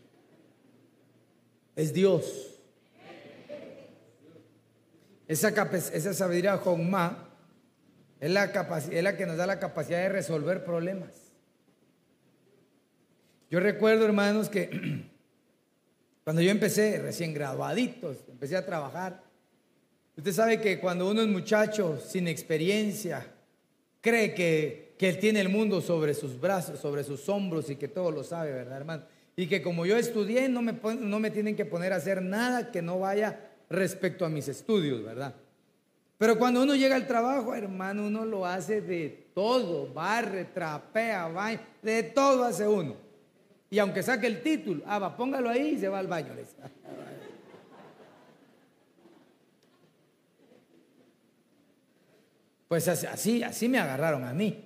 Es Dios. Esa sabiduría Jogma es la que nos da la capacidad de resolver problemas. Yo recuerdo, hermanos, que cuando yo empecé, recién graduaditos, empecé a trabajar. Usted sabe que cuando uno es muchacho, sin experiencia, cree que él tiene el mundo sobre sus brazos, sobre sus hombros y que todo lo sabe, ¿verdad, hermano? Y que como yo estudié, no me tienen que poner a hacer nada que no vaya respecto a mis estudios, ¿verdad? Pero cuando uno llega al trabajo, hermano, uno lo hace de todo, barre, trapea, baña, de todo hace uno. Y aunque saque el título, va, póngalo ahí y se va al baño. Pues así me agarraron a mí.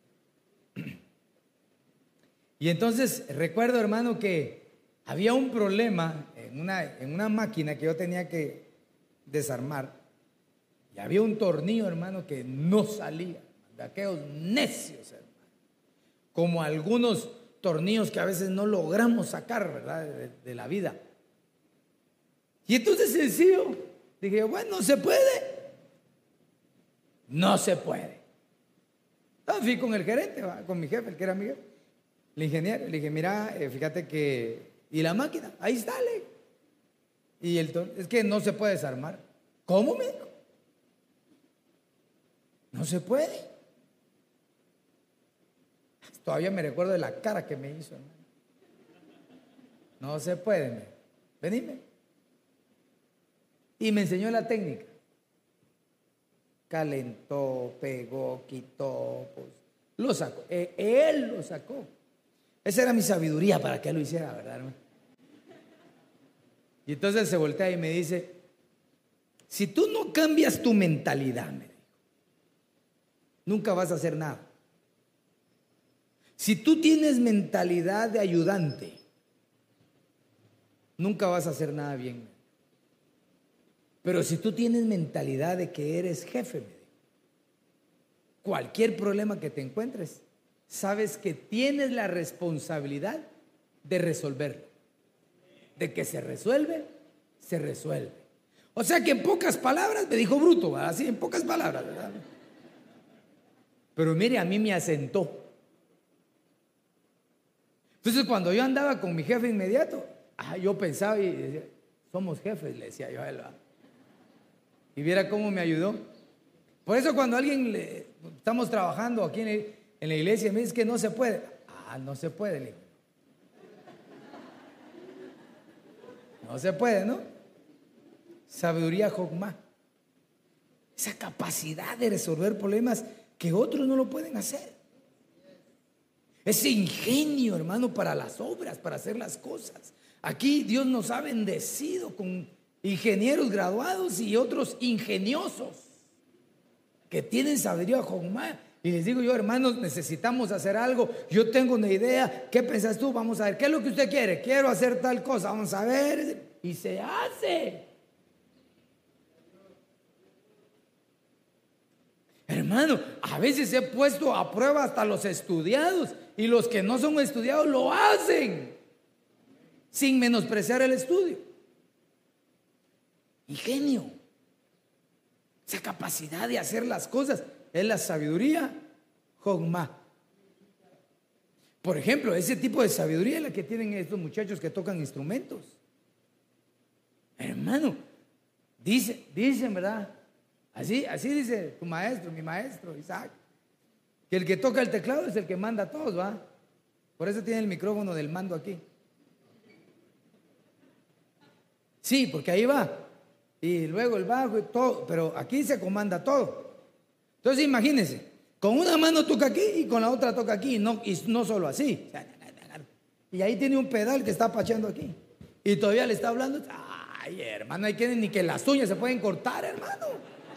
Y entonces recuerdo, hermano, que había un problema en una máquina que yo tenía que desarmar. Y había un tornillo, hermano, que no salía. De aquellos necios, hermano. Como algunos tornillos que a veces no logramos sacar, ¿verdad? De la vida. Y entonces sencillo, dije, bueno, ¿se puede? No se puede. Entonces fui con el gerente, con mi jefe, el que era mi jefe, el ingeniero. Le dije, mira, fíjate que... ¿Y la máquina? Ahí está, le. Y es que no se puede desarmar. ¿Cómo, me dijo? No se puede. Todavía me recuerdo de la cara que me hizo, hermano. No se puede, venime. Y me enseñó la técnica. Calentó, pegó, quitó, pues, lo sacó. Él lo sacó. Esa era mi sabiduría para que él lo hiciera, ¿verdad, hermano? Y entonces se voltea y me dice, si tú no cambias tu mentalidad, me dijo, nunca vas a hacer nada. Si tú tienes mentalidad de ayudante, nunca vas a hacer nada bien. Pero si tú tienes mentalidad de que eres jefe, me dijo, cualquier problema que te encuentres, sabes que tienes la responsabilidad de resolverlo. De que se resuelve, se resuelve. O sea que en pocas palabras, me dijo bruto, ¿verdad? Así, en pocas palabras, ¿verdad? Pero mire, a mí me asentó. Entonces cuando yo andaba con mi jefe inmediato, yo pensaba y decía, somos jefes, le decía yo a él, ¿verdad? Y viera cómo me ayudó. Por eso cuando estamos trabajando aquí en la iglesia, me dice que no se puede. No se puede, le digo. No se puede, ¿no? Sabiduría Jogma. Esa capacidad de resolver problemas que otros no lo pueden hacer. Ese ingenio, hermano, para las obras, para hacer las cosas. Aquí Dios nos ha bendecido con ingenieros graduados y otros ingeniosos que tienen sabiduría Jogma. Y les digo yo, hermanos, necesitamos hacer algo. Yo tengo una idea. ¿Qué pensás tú? Vamos a ver. ¿Qué es lo que usted quiere? Quiero hacer tal cosa. Vamos a ver. Y se hace. Hermano, a veces he puesto a prueba hasta los estudiados. Y los que no son estudiados lo hacen. Sin menospreciar el estudio. Ingenio. Esa capacidad de hacer las cosas. Es la sabiduría Jogma. Por ejemplo, ese tipo de sabiduría es la que tienen estos muchachos que tocan instrumentos. Hermano, dicen, ¿verdad? Así dice tu maestro, mi maestro, Isaac, que el que toca el teclado es el que manda a todos, ¿va? Por eso tiene el micrófono del mando aquí. Sí, porque ahí va. Y luego el bajo y todo, pero aquí se comanda todo. Entonces imagínense, con una mano toca aquí y con la otra toca aquí, y no solo así. Y ahí tiene un pedal que está pachando aquí. Y todavía le está hablando. Ay, hermano, hay que ni que las uñas se pueden cortar, hermano.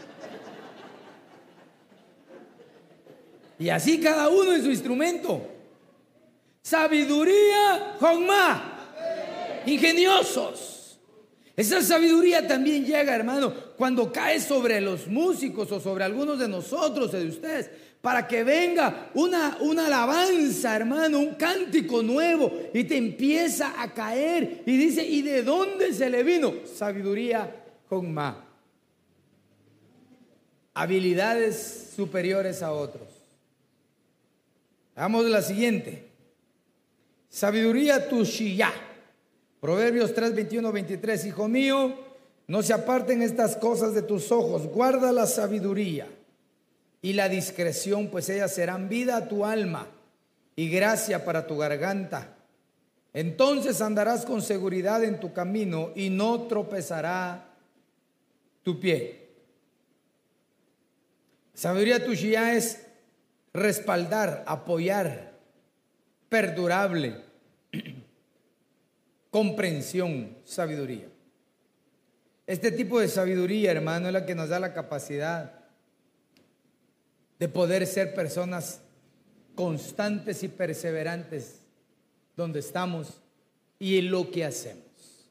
Y así cada uno en su instrumento. Sabiduría Jogma. Ingeniosos. Esa sabiduría también llega, hermano, cuando cae sobre los músicos o sobre algunos de nosotros, de ustedes, para que venga una alabanza, hermano, un cántico nuevo y te empieza a caer y dice, ¿y de dónde se le vino? Sabiduría Jogma. Habilidades superiores a otros. Hagamos la siguiente. Sabiduría Tushiyah. Proverbios 3, 21, 23. Hijo mío, no se aparten estas cosas de tus ojos. Guarda la sabiduría y la discreción, pues ellas serán vida a tu alma y gracia para tu garganta. Entonces andarás con seguridad en tu camino y no tropezará tu pie. Sabiduría tuya es respaldar, apoyar, perdurable, comprensión, sabiduría. Este tipo de sabiduría, hermano, es la que nos da la capacidad de poder ser personas constantes y perseverantes donde estamos y en lo que hacemos.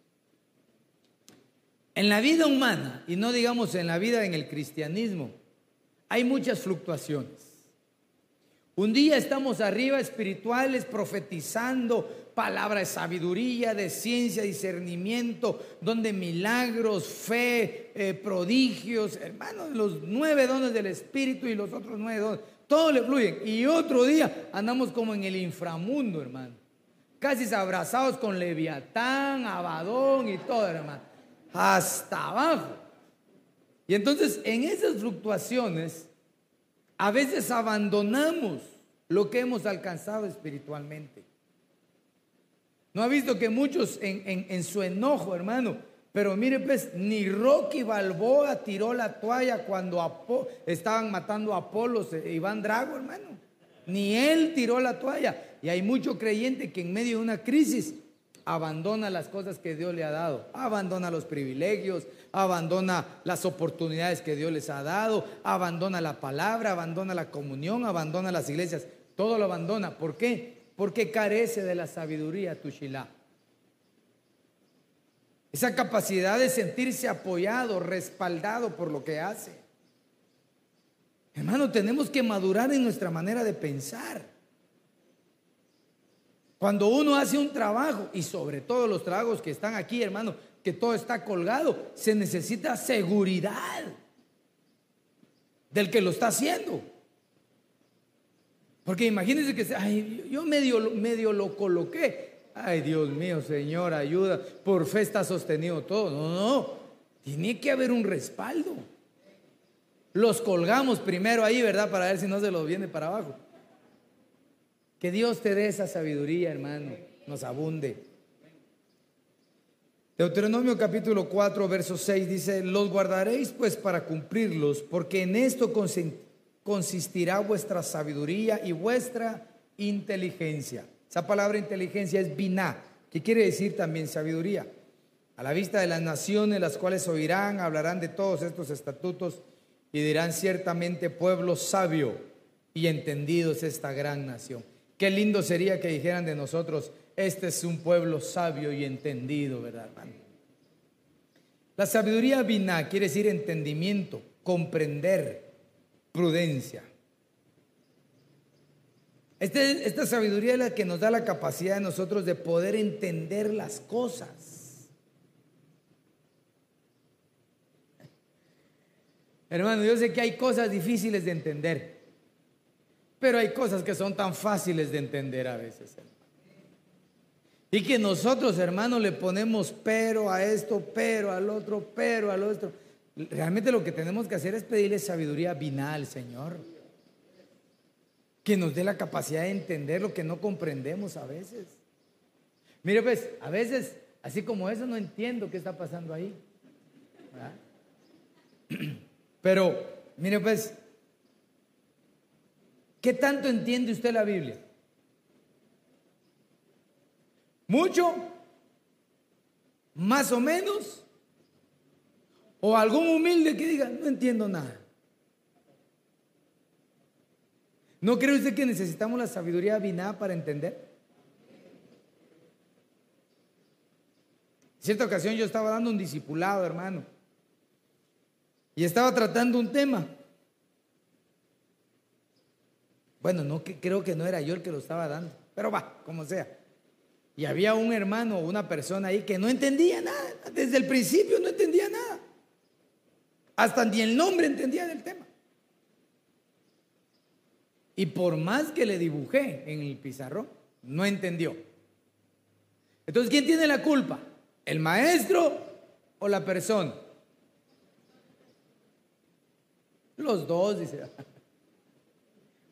En la vida humana, y no digamos en la vida en el cristianismo, hay muchas fluctuaciones. Un día estamos arriba espirituales, profetizando palabra de sabiduría, de ciencia, discernimiento, donde milagros, fe, prodigios, hermanos, los 9 dones del Espíritu y los otros 9 dones, todos le fluyen. Y otro día andamos como en el inframundo, hermano, casi abrazados con Leviatán, Abadón y todo, hermano, hasta abajo. Y entonces en esas fluctuaciones a veces abandonamos lo que hemos alcanzado espiritualmente. ¿No ha visto que muchos en su enojo, hermano? Pero mire pues, ni Rocky Balboa tiró la toalla cuando estaban matando a Apolos, Iván Drago, hermano. Ni él tiró la toalla. Y hay mucho creyente que en medio de una crisis abandona las cosas que Dios le ha dado, abandona los privilegios, abandona las oportunidades que Dios les ha dado, abandona la palabra, abandona la comunión, abandona las iglesias, todo lo abandona. ¿Por qué? Porque carece de la sabiduría tushilá. Esa capacidad de sentirse apoyado, respaldado por lo que hace. Hermano, tenemos que madurar en nuestra manera de pensar. Cuando uno hace un trabajo, y sobre todo los trabajos que están aquí, hermano, que todo está colgado, se necesita seguridad del que lo está haciendo. Porque imagínense que yo medio lo coloqué. Ay, Dios mío, Señor, ayuda. Por fe está sostenido todo. No. Tiene que haber un respaldo. Los colgamos primero ahí, ¿verdad? Para ver si no se los viene para abajo. Que Dios te dé esa sabiduría, hermano, nos abunde. Deuteronomio capítulo 4, verso 6 dice: los guardaréis pues para cumplirlos, porque en esto consistirá vuestra sabiduría y vuestra inteligencia. Esa palabra inteligencia es biná, que quiere decir también sabiduría. A la vista de las naciones, las cuales oirán, hablarán de todos estos estatutos y dirán: ciertamente pueblo sabio y entendido es esta gran nación. Qué lindo sería que dijeran de nosotros: este es un pueblo sabio y entendido, ¿verdad, hermano? La sabiduría biná quiere decir entendimiento, comprender, prudencia. Esta sabiduría es la que nos da la capacidad de nosotros de poder entender las cosas. Hermano, yo sé que hay cosas difíciles de entender, pero hay cosas que son tan fáciles de entender a veces, hermano. Y que nosotros, hermano, le ponemos pero a esto, pero al otro, pero al otro. Realmente lo que tenemos que hacer es pedirle sabiduría biná al Señor, que nos dé la capacidad de entender lo que no comprendemos a veces. Mire pues, a veces, así como eso, no entiendo qué está pasando ahí, ¿verdad? Pero, mire pues, ¿qué tanto entiende usted la Biblia? ¿Mucho? ¿Más o menos? ¿O algún humilde que diga: no entiendo nada? ¿No cree usted que necesitamos la sabiduría biná para entender? En cierta ocasión yo estaba dando un discipulado, hermano, y estaba tratando un tema. Bueno, creo que no era yo el que lo estaba dando, pero va, como sea. Y había un hermano o una persona ahí que no entendía nada. Desde el principio no entendía nada. Hasta ni el nombre entendía del tema. Y por más que le dibujé en el pizarrón, no entendió. Entonces, ¿quién tiene la culpa? ¿El maestro o la persona? Los dos, dice.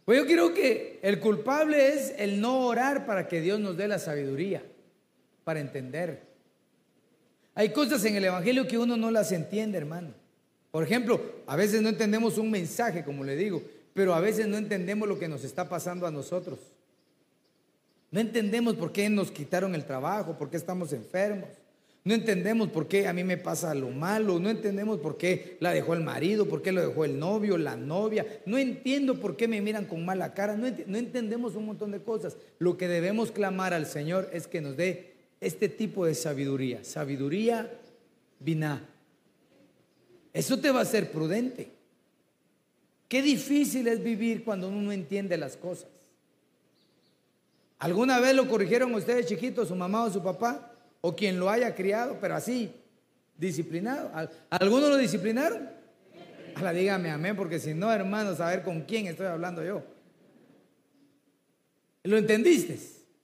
Pues yo creo que el culpable es el no orar para que Dios nos dé la sabiduría para entender. Hay cosas en el Evangelio que uno no las entiende, hermano. Por ejemplo, a veces no entendemos un mensaje, como le digo, pero a veces no entendemos lo que nos está pasando a nosotros. No entendemos por qué nos quitaron el trabajo, por qué estamos enfermos. No entendemos por qué a mí me pasa lo malo. No entendemos por qué la dejó el marido, por qué lo dejó el novio, la novia. No entiendo por qué me miran con mala cara. No entendemos un montón de cosas. Lo que debemos clamar al Señor es que nos dé este tipo de sabiduría. Sabiduría biná. Eso te va a hacer prudente. Qué difícil es vivir cuando uno no entiende las cosas. ¿Alguna vez lo corrigieron ustedes chiquitos, su mamá o su papá? O quien lo haya criado, pero así, disciplinado. ¿Alguno lo disciplinaron? Dígame amén, porque si no, hermanos, a ver con quién estoy hablando yo. ¿Lo entendiste?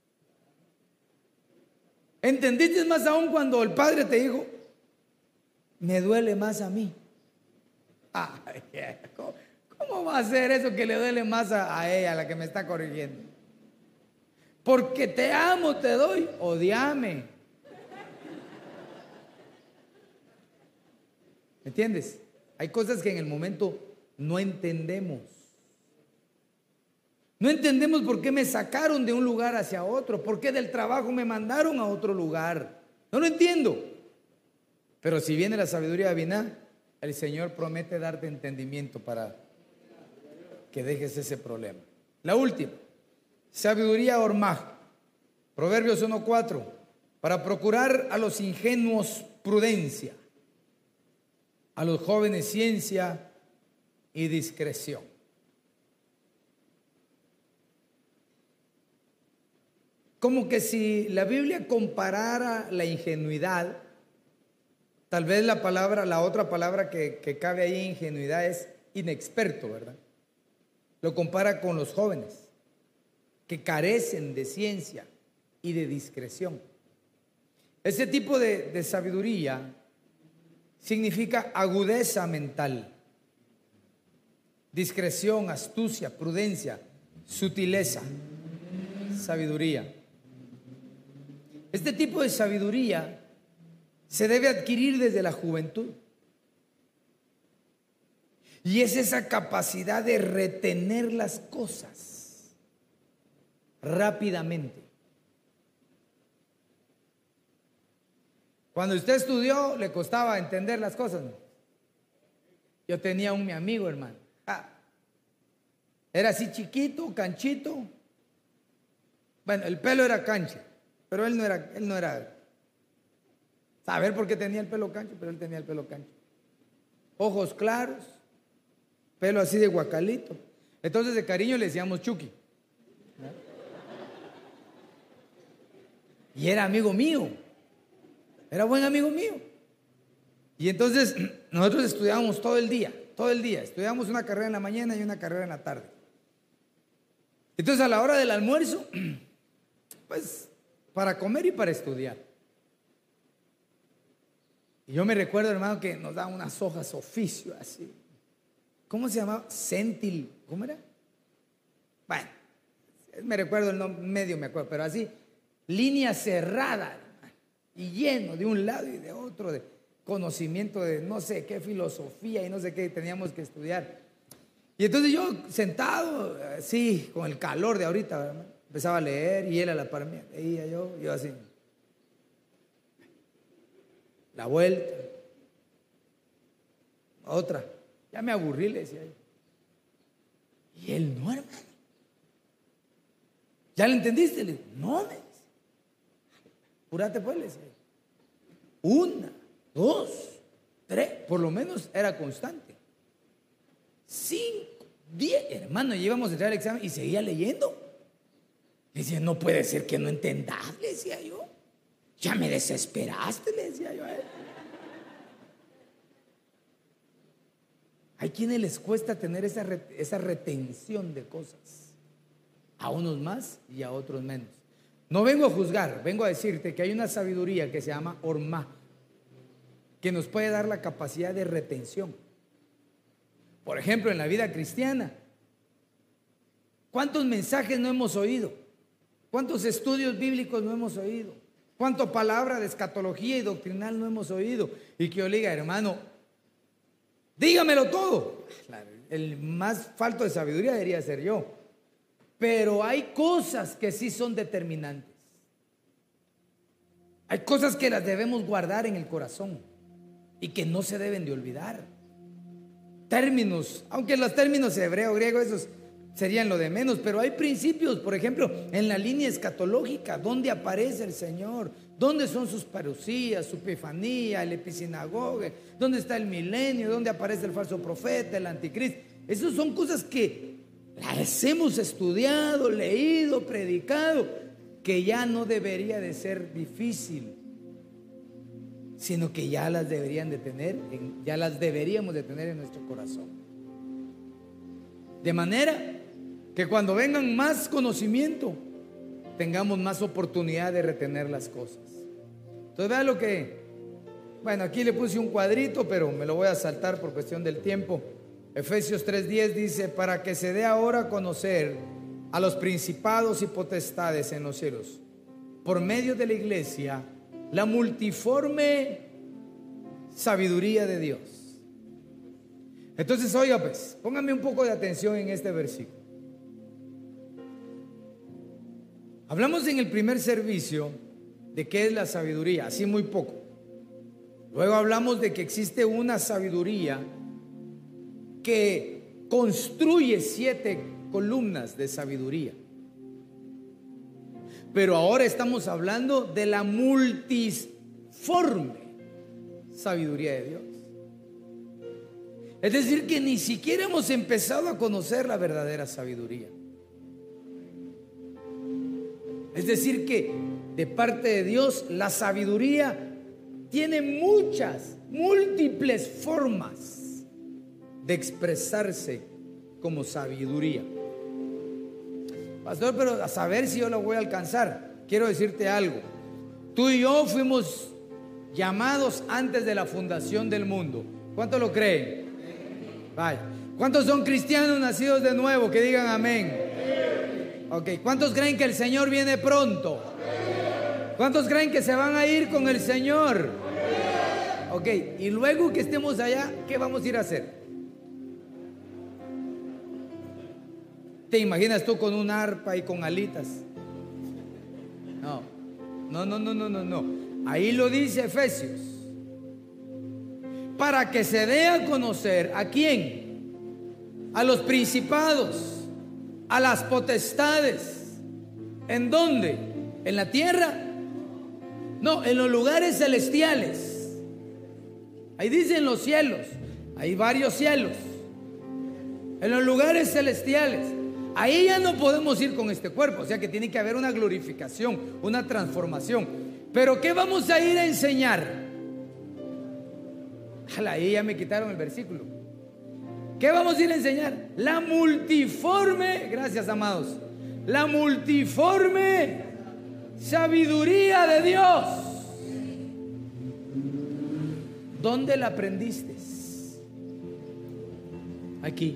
¿Entendiste más aún cuando el padre te dijo, me duele más a mí? Ay, ¿cómo va a ser eso que le duele más a ella, a la que me está corrigiendo? Porque te amo, te doy, odiame. ¿Me entiendes? Hay cosas que en el momento no entendemos. No entendemos por qué me sacaron de un lugar hacia otro, por qué del trabajo me mandaron a otro lugar. No lo entiendo. Pero si viene la sabiduría divina, el Señor promete darte entendimiento para que dejes ese problema. La última, sabiduría ormá. Proverbios 1:4. Para procurar a los ingenuos prudencia, a los jóvenes ciencia y discreción. Como que si la Biblia comparara la ingenuidad, tal vez la otra palabra que cabe ahí, ingenuidad, es inexperto, ¿verdad? Lo compara con los jóvenes que carecen de ciencia y de discreción. Ese tipo de sabiduría significa agudeza mental, discreción, astucia, prudencia, sutileza, sabiduría. Este tipo de sabiduría se debe adquirir desde la juventud. Y es esa capacidad de retener las cosas rápidamente. Cuando usted estudió, le costaba entender las cosas, ¿no? Yo tenía mi amigo, hermano. Era así chiquito, canchito. Bueno, el pelo era cancha, pero él no era. Saber por qué tenía el pelo cancho, pero él tenía el pelo cancho. Ojos claros, pelo así de guacalito. Entonces de cariño le decíamos Chucky. Y era amigo mío. Era buen amigo mío. Y entonces nosotros estudiábamos todo el día. Estudiábamos una carrera en la mañana y una carrera en la tarde. Entonces a la hora del almuerzo, pues para comer y para estudiar. Y yo me recuerdo, hermano, que nos daban unas hojas oficio así. ¿Cómo se llamaba? Centil. ¿Cómo era? Bueno, me recuerdo el nombre, medio me acuerdo, pero así, línea cerrada. Y lleno de un lado y de otro de conocimiento de no sé qué filosofía y no sé qué teníamos que estudiar. Y entonces yo sentado, así, con el calor de ahorita, ¿verdad? Empezaba a leer y él a la par mía, leía yo así. La vuelta. Otra. Ya me aburrí, le decía yo. Y él, no, hermano. ¿Ya le entendiste? Le digo, no, me. Apúrate pues, le decía. 1, 2, 3, por lo menos era constante. 5, 10, hermano, íbamos a entrar al examen y seguía leyendo. Le decía, no puede ser que no entendas, le decía yo. Ya me desesperaste, le decía yo a él. Hay quienes les cuesta tener esa retención de cosas. A unos más y a otros menos. No vengo a juzgar, vengo a decirte que hay una sabiduría que se llama ormá, que nos puede dar la capacidad de retención. Por ejemplo, en la vida cristiana, ¿Cuántos mensajes no hemos oído? ¿Cuántos estudios bíblicos no hemos oído? ¿Cuánta palabra de escatología y doctrinal no hemos oído? Y que yo le diga, hermano, dígamelo todo. Claro, el más falto de sabiduría debería ser yo. Pero hay cosas que sí son determinantes. Hay cosas que las debemos guardar en el corazón y que no se deben de olvidar. Términos, aunque los términos hebreo, griego, esos serían lo de menos, pero hay principios, por ejemplo, en la línea escatológica, ¿dónde aparece el Señor? ¿Dónde son sus parucías, su epifanía, el episinagoge? ¿Dónde está el milenio? ¿Dónde aparece el falso profeta, el anticristo? Esas son cosas que las hemos estudiado, leído, predicado, que ya no debería de ser difícil, sino que ya las deberíamos de tener en nuestro corazón. De manera que cuando vengan más conocimiento, tengamos más oportunidad de retener las cosas. Entonces vea lo que, bueno, aquí le puse un cuadrito, pero me lo voy a saltar por cuestión del tiempo. Efesios 3:10 dice, para que se dé ahora a conocer a los principados y potestades en los cielos, por medio de la iglesia, la multiforme sabiduría de Dios. Entonces, oiga pues, póngame un poco de atención en este versículo. Hablamos en el primer servicio de qué es la sabiduría, así muy poco. Luego hablamos de que existe una sabiduría que construye 7 columnas de sabiduría. Pero ahora estamos hablando de la multiforme sabiduría de Dios. Es decir, que ni siquiera hemos empezado a conocer la verdadera sabiduría. Es decir, que de parte de Dios la sabiduría tiene muchas, múltiples formas de expresarse como sabiduría. Pastor, pero a saber si yo lo voy a alcanzar. Quiero decirte algo. Tú y yo fuimos llamados antes de la fundación del mundo. ¿Cuántos lo creen? Vaya. ¿Cuántos son cristianos nacidos de nuevo? Que digan amén. Ok. ¿Cuántos creen que el Señor viene pronto? ¿Cuántos creen que se van a ir con el Señor? Ok. Y luego que estemos allá, ¿qué vamos a ir a hacer? ¿Te imaginas tú con un arpa y con alitas? No. Ahí lo dice Efesios. Para que se dé a conocer ¿a quién? A los principados, a las potestades. ¿En dónde? ¿En la tierra? No, en los lugares celestiales. Ahí dicen los cielos. Hay varios cielos. En los lugares celestiales. Ahí ya no podemos ir con este cuerpo, o sea que tiene que haber una glorificación, una transformación. Pero ¿qué vamos a ir a enseñar? Ahí ya me quitaron el versículo. ¿Qué vamos a ir a enseñar? La multiforme, gracias amados, la multiforme sabiduría de Dios. ¿Dónde la aprendiste? Aquí.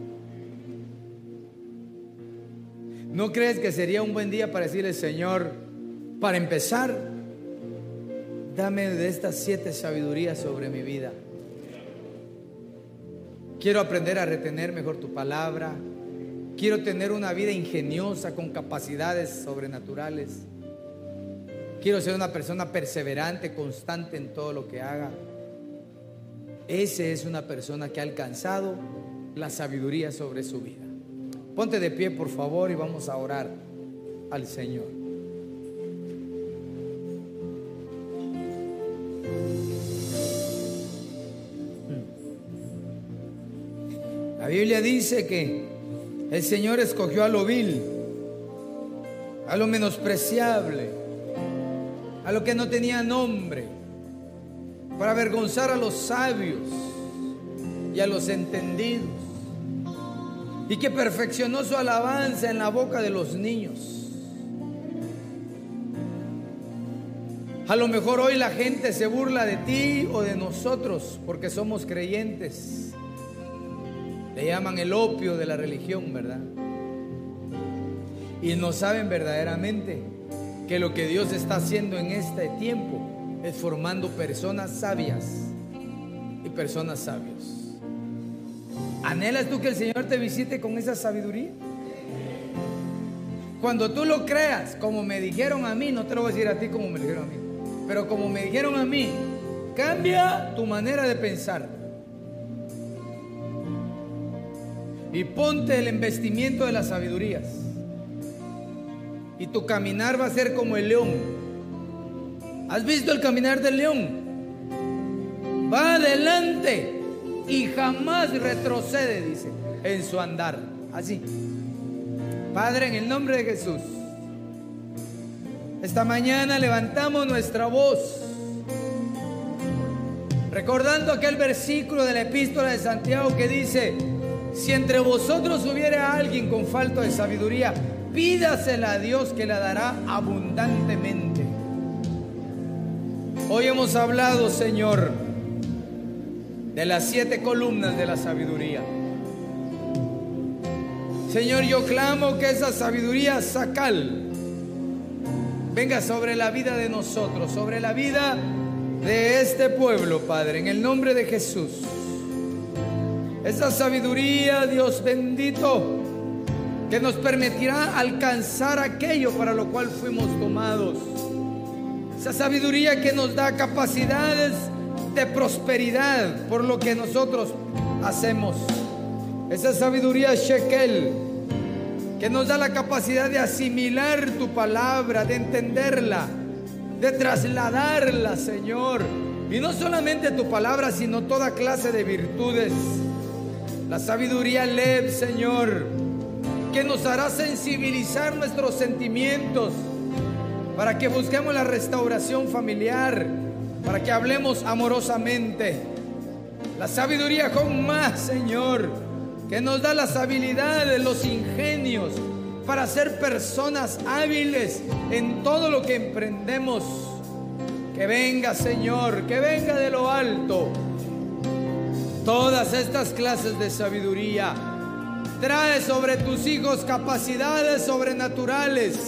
¿No crees que sería un buen día para decirle, Señor, para empezar, dame de estas 7 sabidurías sobre mi vida? Quiero aprender a retener mejor tu palabra. Quiero tener una vida ingeniosa con capacidades sobrenaturales. Quiero ser una persona perseverante, constante en todo lo que haga. Ese es una persona que ha alcanzado la sabiduría sobre su vida. Ponte de pie, por favor, y vamos a orar al Señor. La Biblia dice que el Señor escogió a lo vil, a lo menospreciable, a lo que no tenía nombre, para avergonzar a los sabios y a los entendidos, y que perfeccionó su alabanza en la boca de los niños. A lo mejor hoy la gente se burla de ti o de nosotros porque somos creyentes. Le llaman el opio de la religión, ¿verdad? y no saben verdaderamente que lo que Dios está haciendo en este tiempo es formando personas sabias y personas sabios. ¿Anhelas tú que el Señor te visite con esa sabiduría? Cuando tú lo creas, como me dijeron a mí, no te lo voy a decir a ti como me dijeron a mí, pero como me dijeron a mí, cambia tu manera de pensar y ponte el embestimiento de las sabidurías, y tu caminar va a ser como el león. ¿Has visto el caminar del león? Va adelante y jamás retrocede, dice, en su andar. Así. Padre, en el nombre de Jesús, esta mañana levantamos nuestra voz, recordando aquel versículo de la epístola de Santiago que dice: si entre vosotros hubiera alguien con falta de sabiduría, pídasela a Dios, que la dará abundantemente. Hoy hemos hablado, Señor, de las 7 columnas de la sabiduría. Señor, yo clamo que esa sabiduría sacal venga sobre la vida de nosotros, sobre la vida de este pueblo, Padre, en el nombre de Jesús. Esa sabiduría, Dios bendito, que nos permitirá alcanzar aquello para lo cual fuimos tomados. Esa sabiduría que nos da capacidades de prosperidad por lo que nosotros hacemos. Esa sabiduría Shekel, que nos da la capacidad de asimilar tu palabra, de entenderla, de trasladarla, Señor. Y no solamente tu palabra, sino toda clase de virtudes. La sabiduría Lev, Señor, que nos hará sensibilizar nuestros sentimientos para que busquemos la restauración familiar, para que hablemos amorosamente. La sabiduría con más, Señor, que nos da las habilidades, los ingenios para ser personas hábiles en todo lo que emprendemos. Que venga, Señor, que venga de lo alto todas estas clases de sabiduría. Trae sobre tus hijos capacidades sobrenaturales,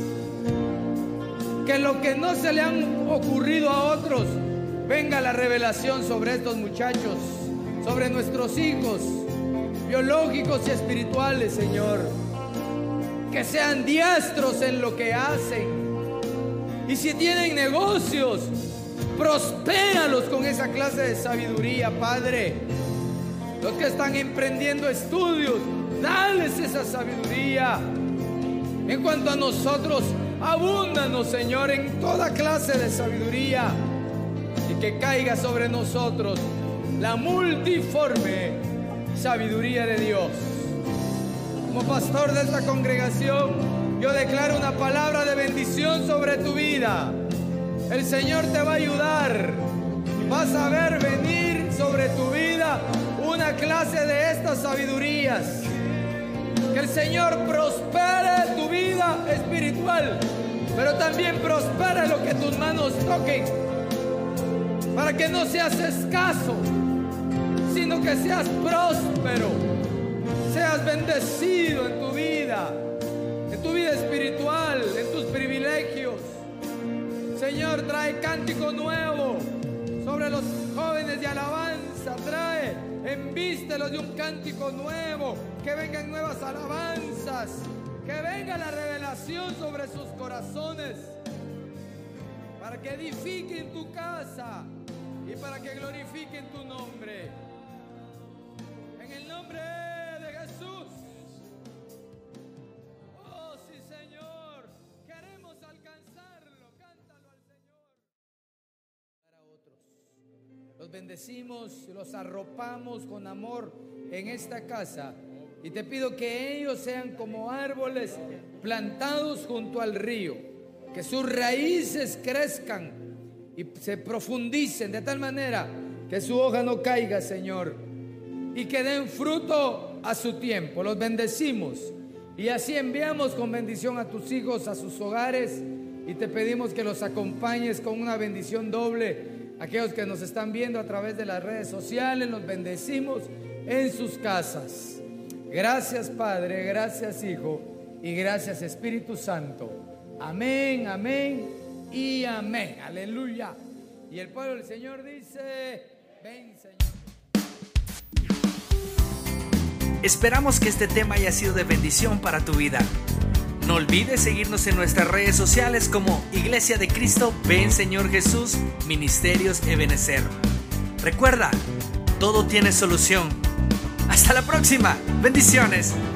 que lo que no se le han ocurrido a otros, venga la revelación sobre estos muchachos, sobre nuestros hijos biológicos y espirituales, Señor. Que sean diestros en lo que hacen, y si tienen negocios, prospéralos con esa clase de sabiduría, Padre. Los que están emprendiendo estudios, dales esa sabiduría. En cuanto a nosotros, abúndanos, Señor, en toda clase de sabiduría, y que caiga sobre nosotros la multiforme sabiduría de Dios. Como pastor de esta congregación, yo declaro una palabra de bendición sobre tu vida. El Señor te va a ayudar. Vas a ver venir sobre tu vida una clase de estas sabidurías. Que el Señor prospere tu vida espiritual, pero también prospere lo que tus manos toquen, para que no seas escaso, sino que seas próspero, seas bendecido en tu vida espiritual, en tus privilegios. Señor, trae cántico nuevo sobre los jóvenes de alabanza. Envístelos de un cántico nuevo, que vengan nuevas alabanzas, que venga la revelación sobre sus corazones, para que edifiquen tu casa y para que glorifiquen tu nombre. En el nombre de Jesús. Oh, sí, Señor, queremos alcanzarlo. Cántalo al Señor. Para otros, los bendecimos, los arropamos con amor en esta casa, y te pido que ellos sean como árboles plantados junto al río, que sus raíces crezcan y se profundicen de tal manera que su hoja no caiga, Señor, y que den fruto a su tiempo. Los bendecimos y así enviamos con bendición a tus hijos a sus hogares, y te pedimos que los acompañes con una bendición doble. Aquellos que nos están viendo a través de las redes sociales, los bendecimos en sus casas. Gracias, Padre, gracias, Hijo, y gracias Espíritu Santo. Amén, amén y amén. Aleluya. Y el pueblo del Señor dice: ven, Señor. Esperamos que este tema haya sido de bendición para tu vida. No olvides seguirnos en nuestras redes sociales como Iglesia de Cristo, Ven Señor Jesús, Ministerios Ebenecer. Recuerda, todo tiene solución. Hasta la próxima. Bendiciones.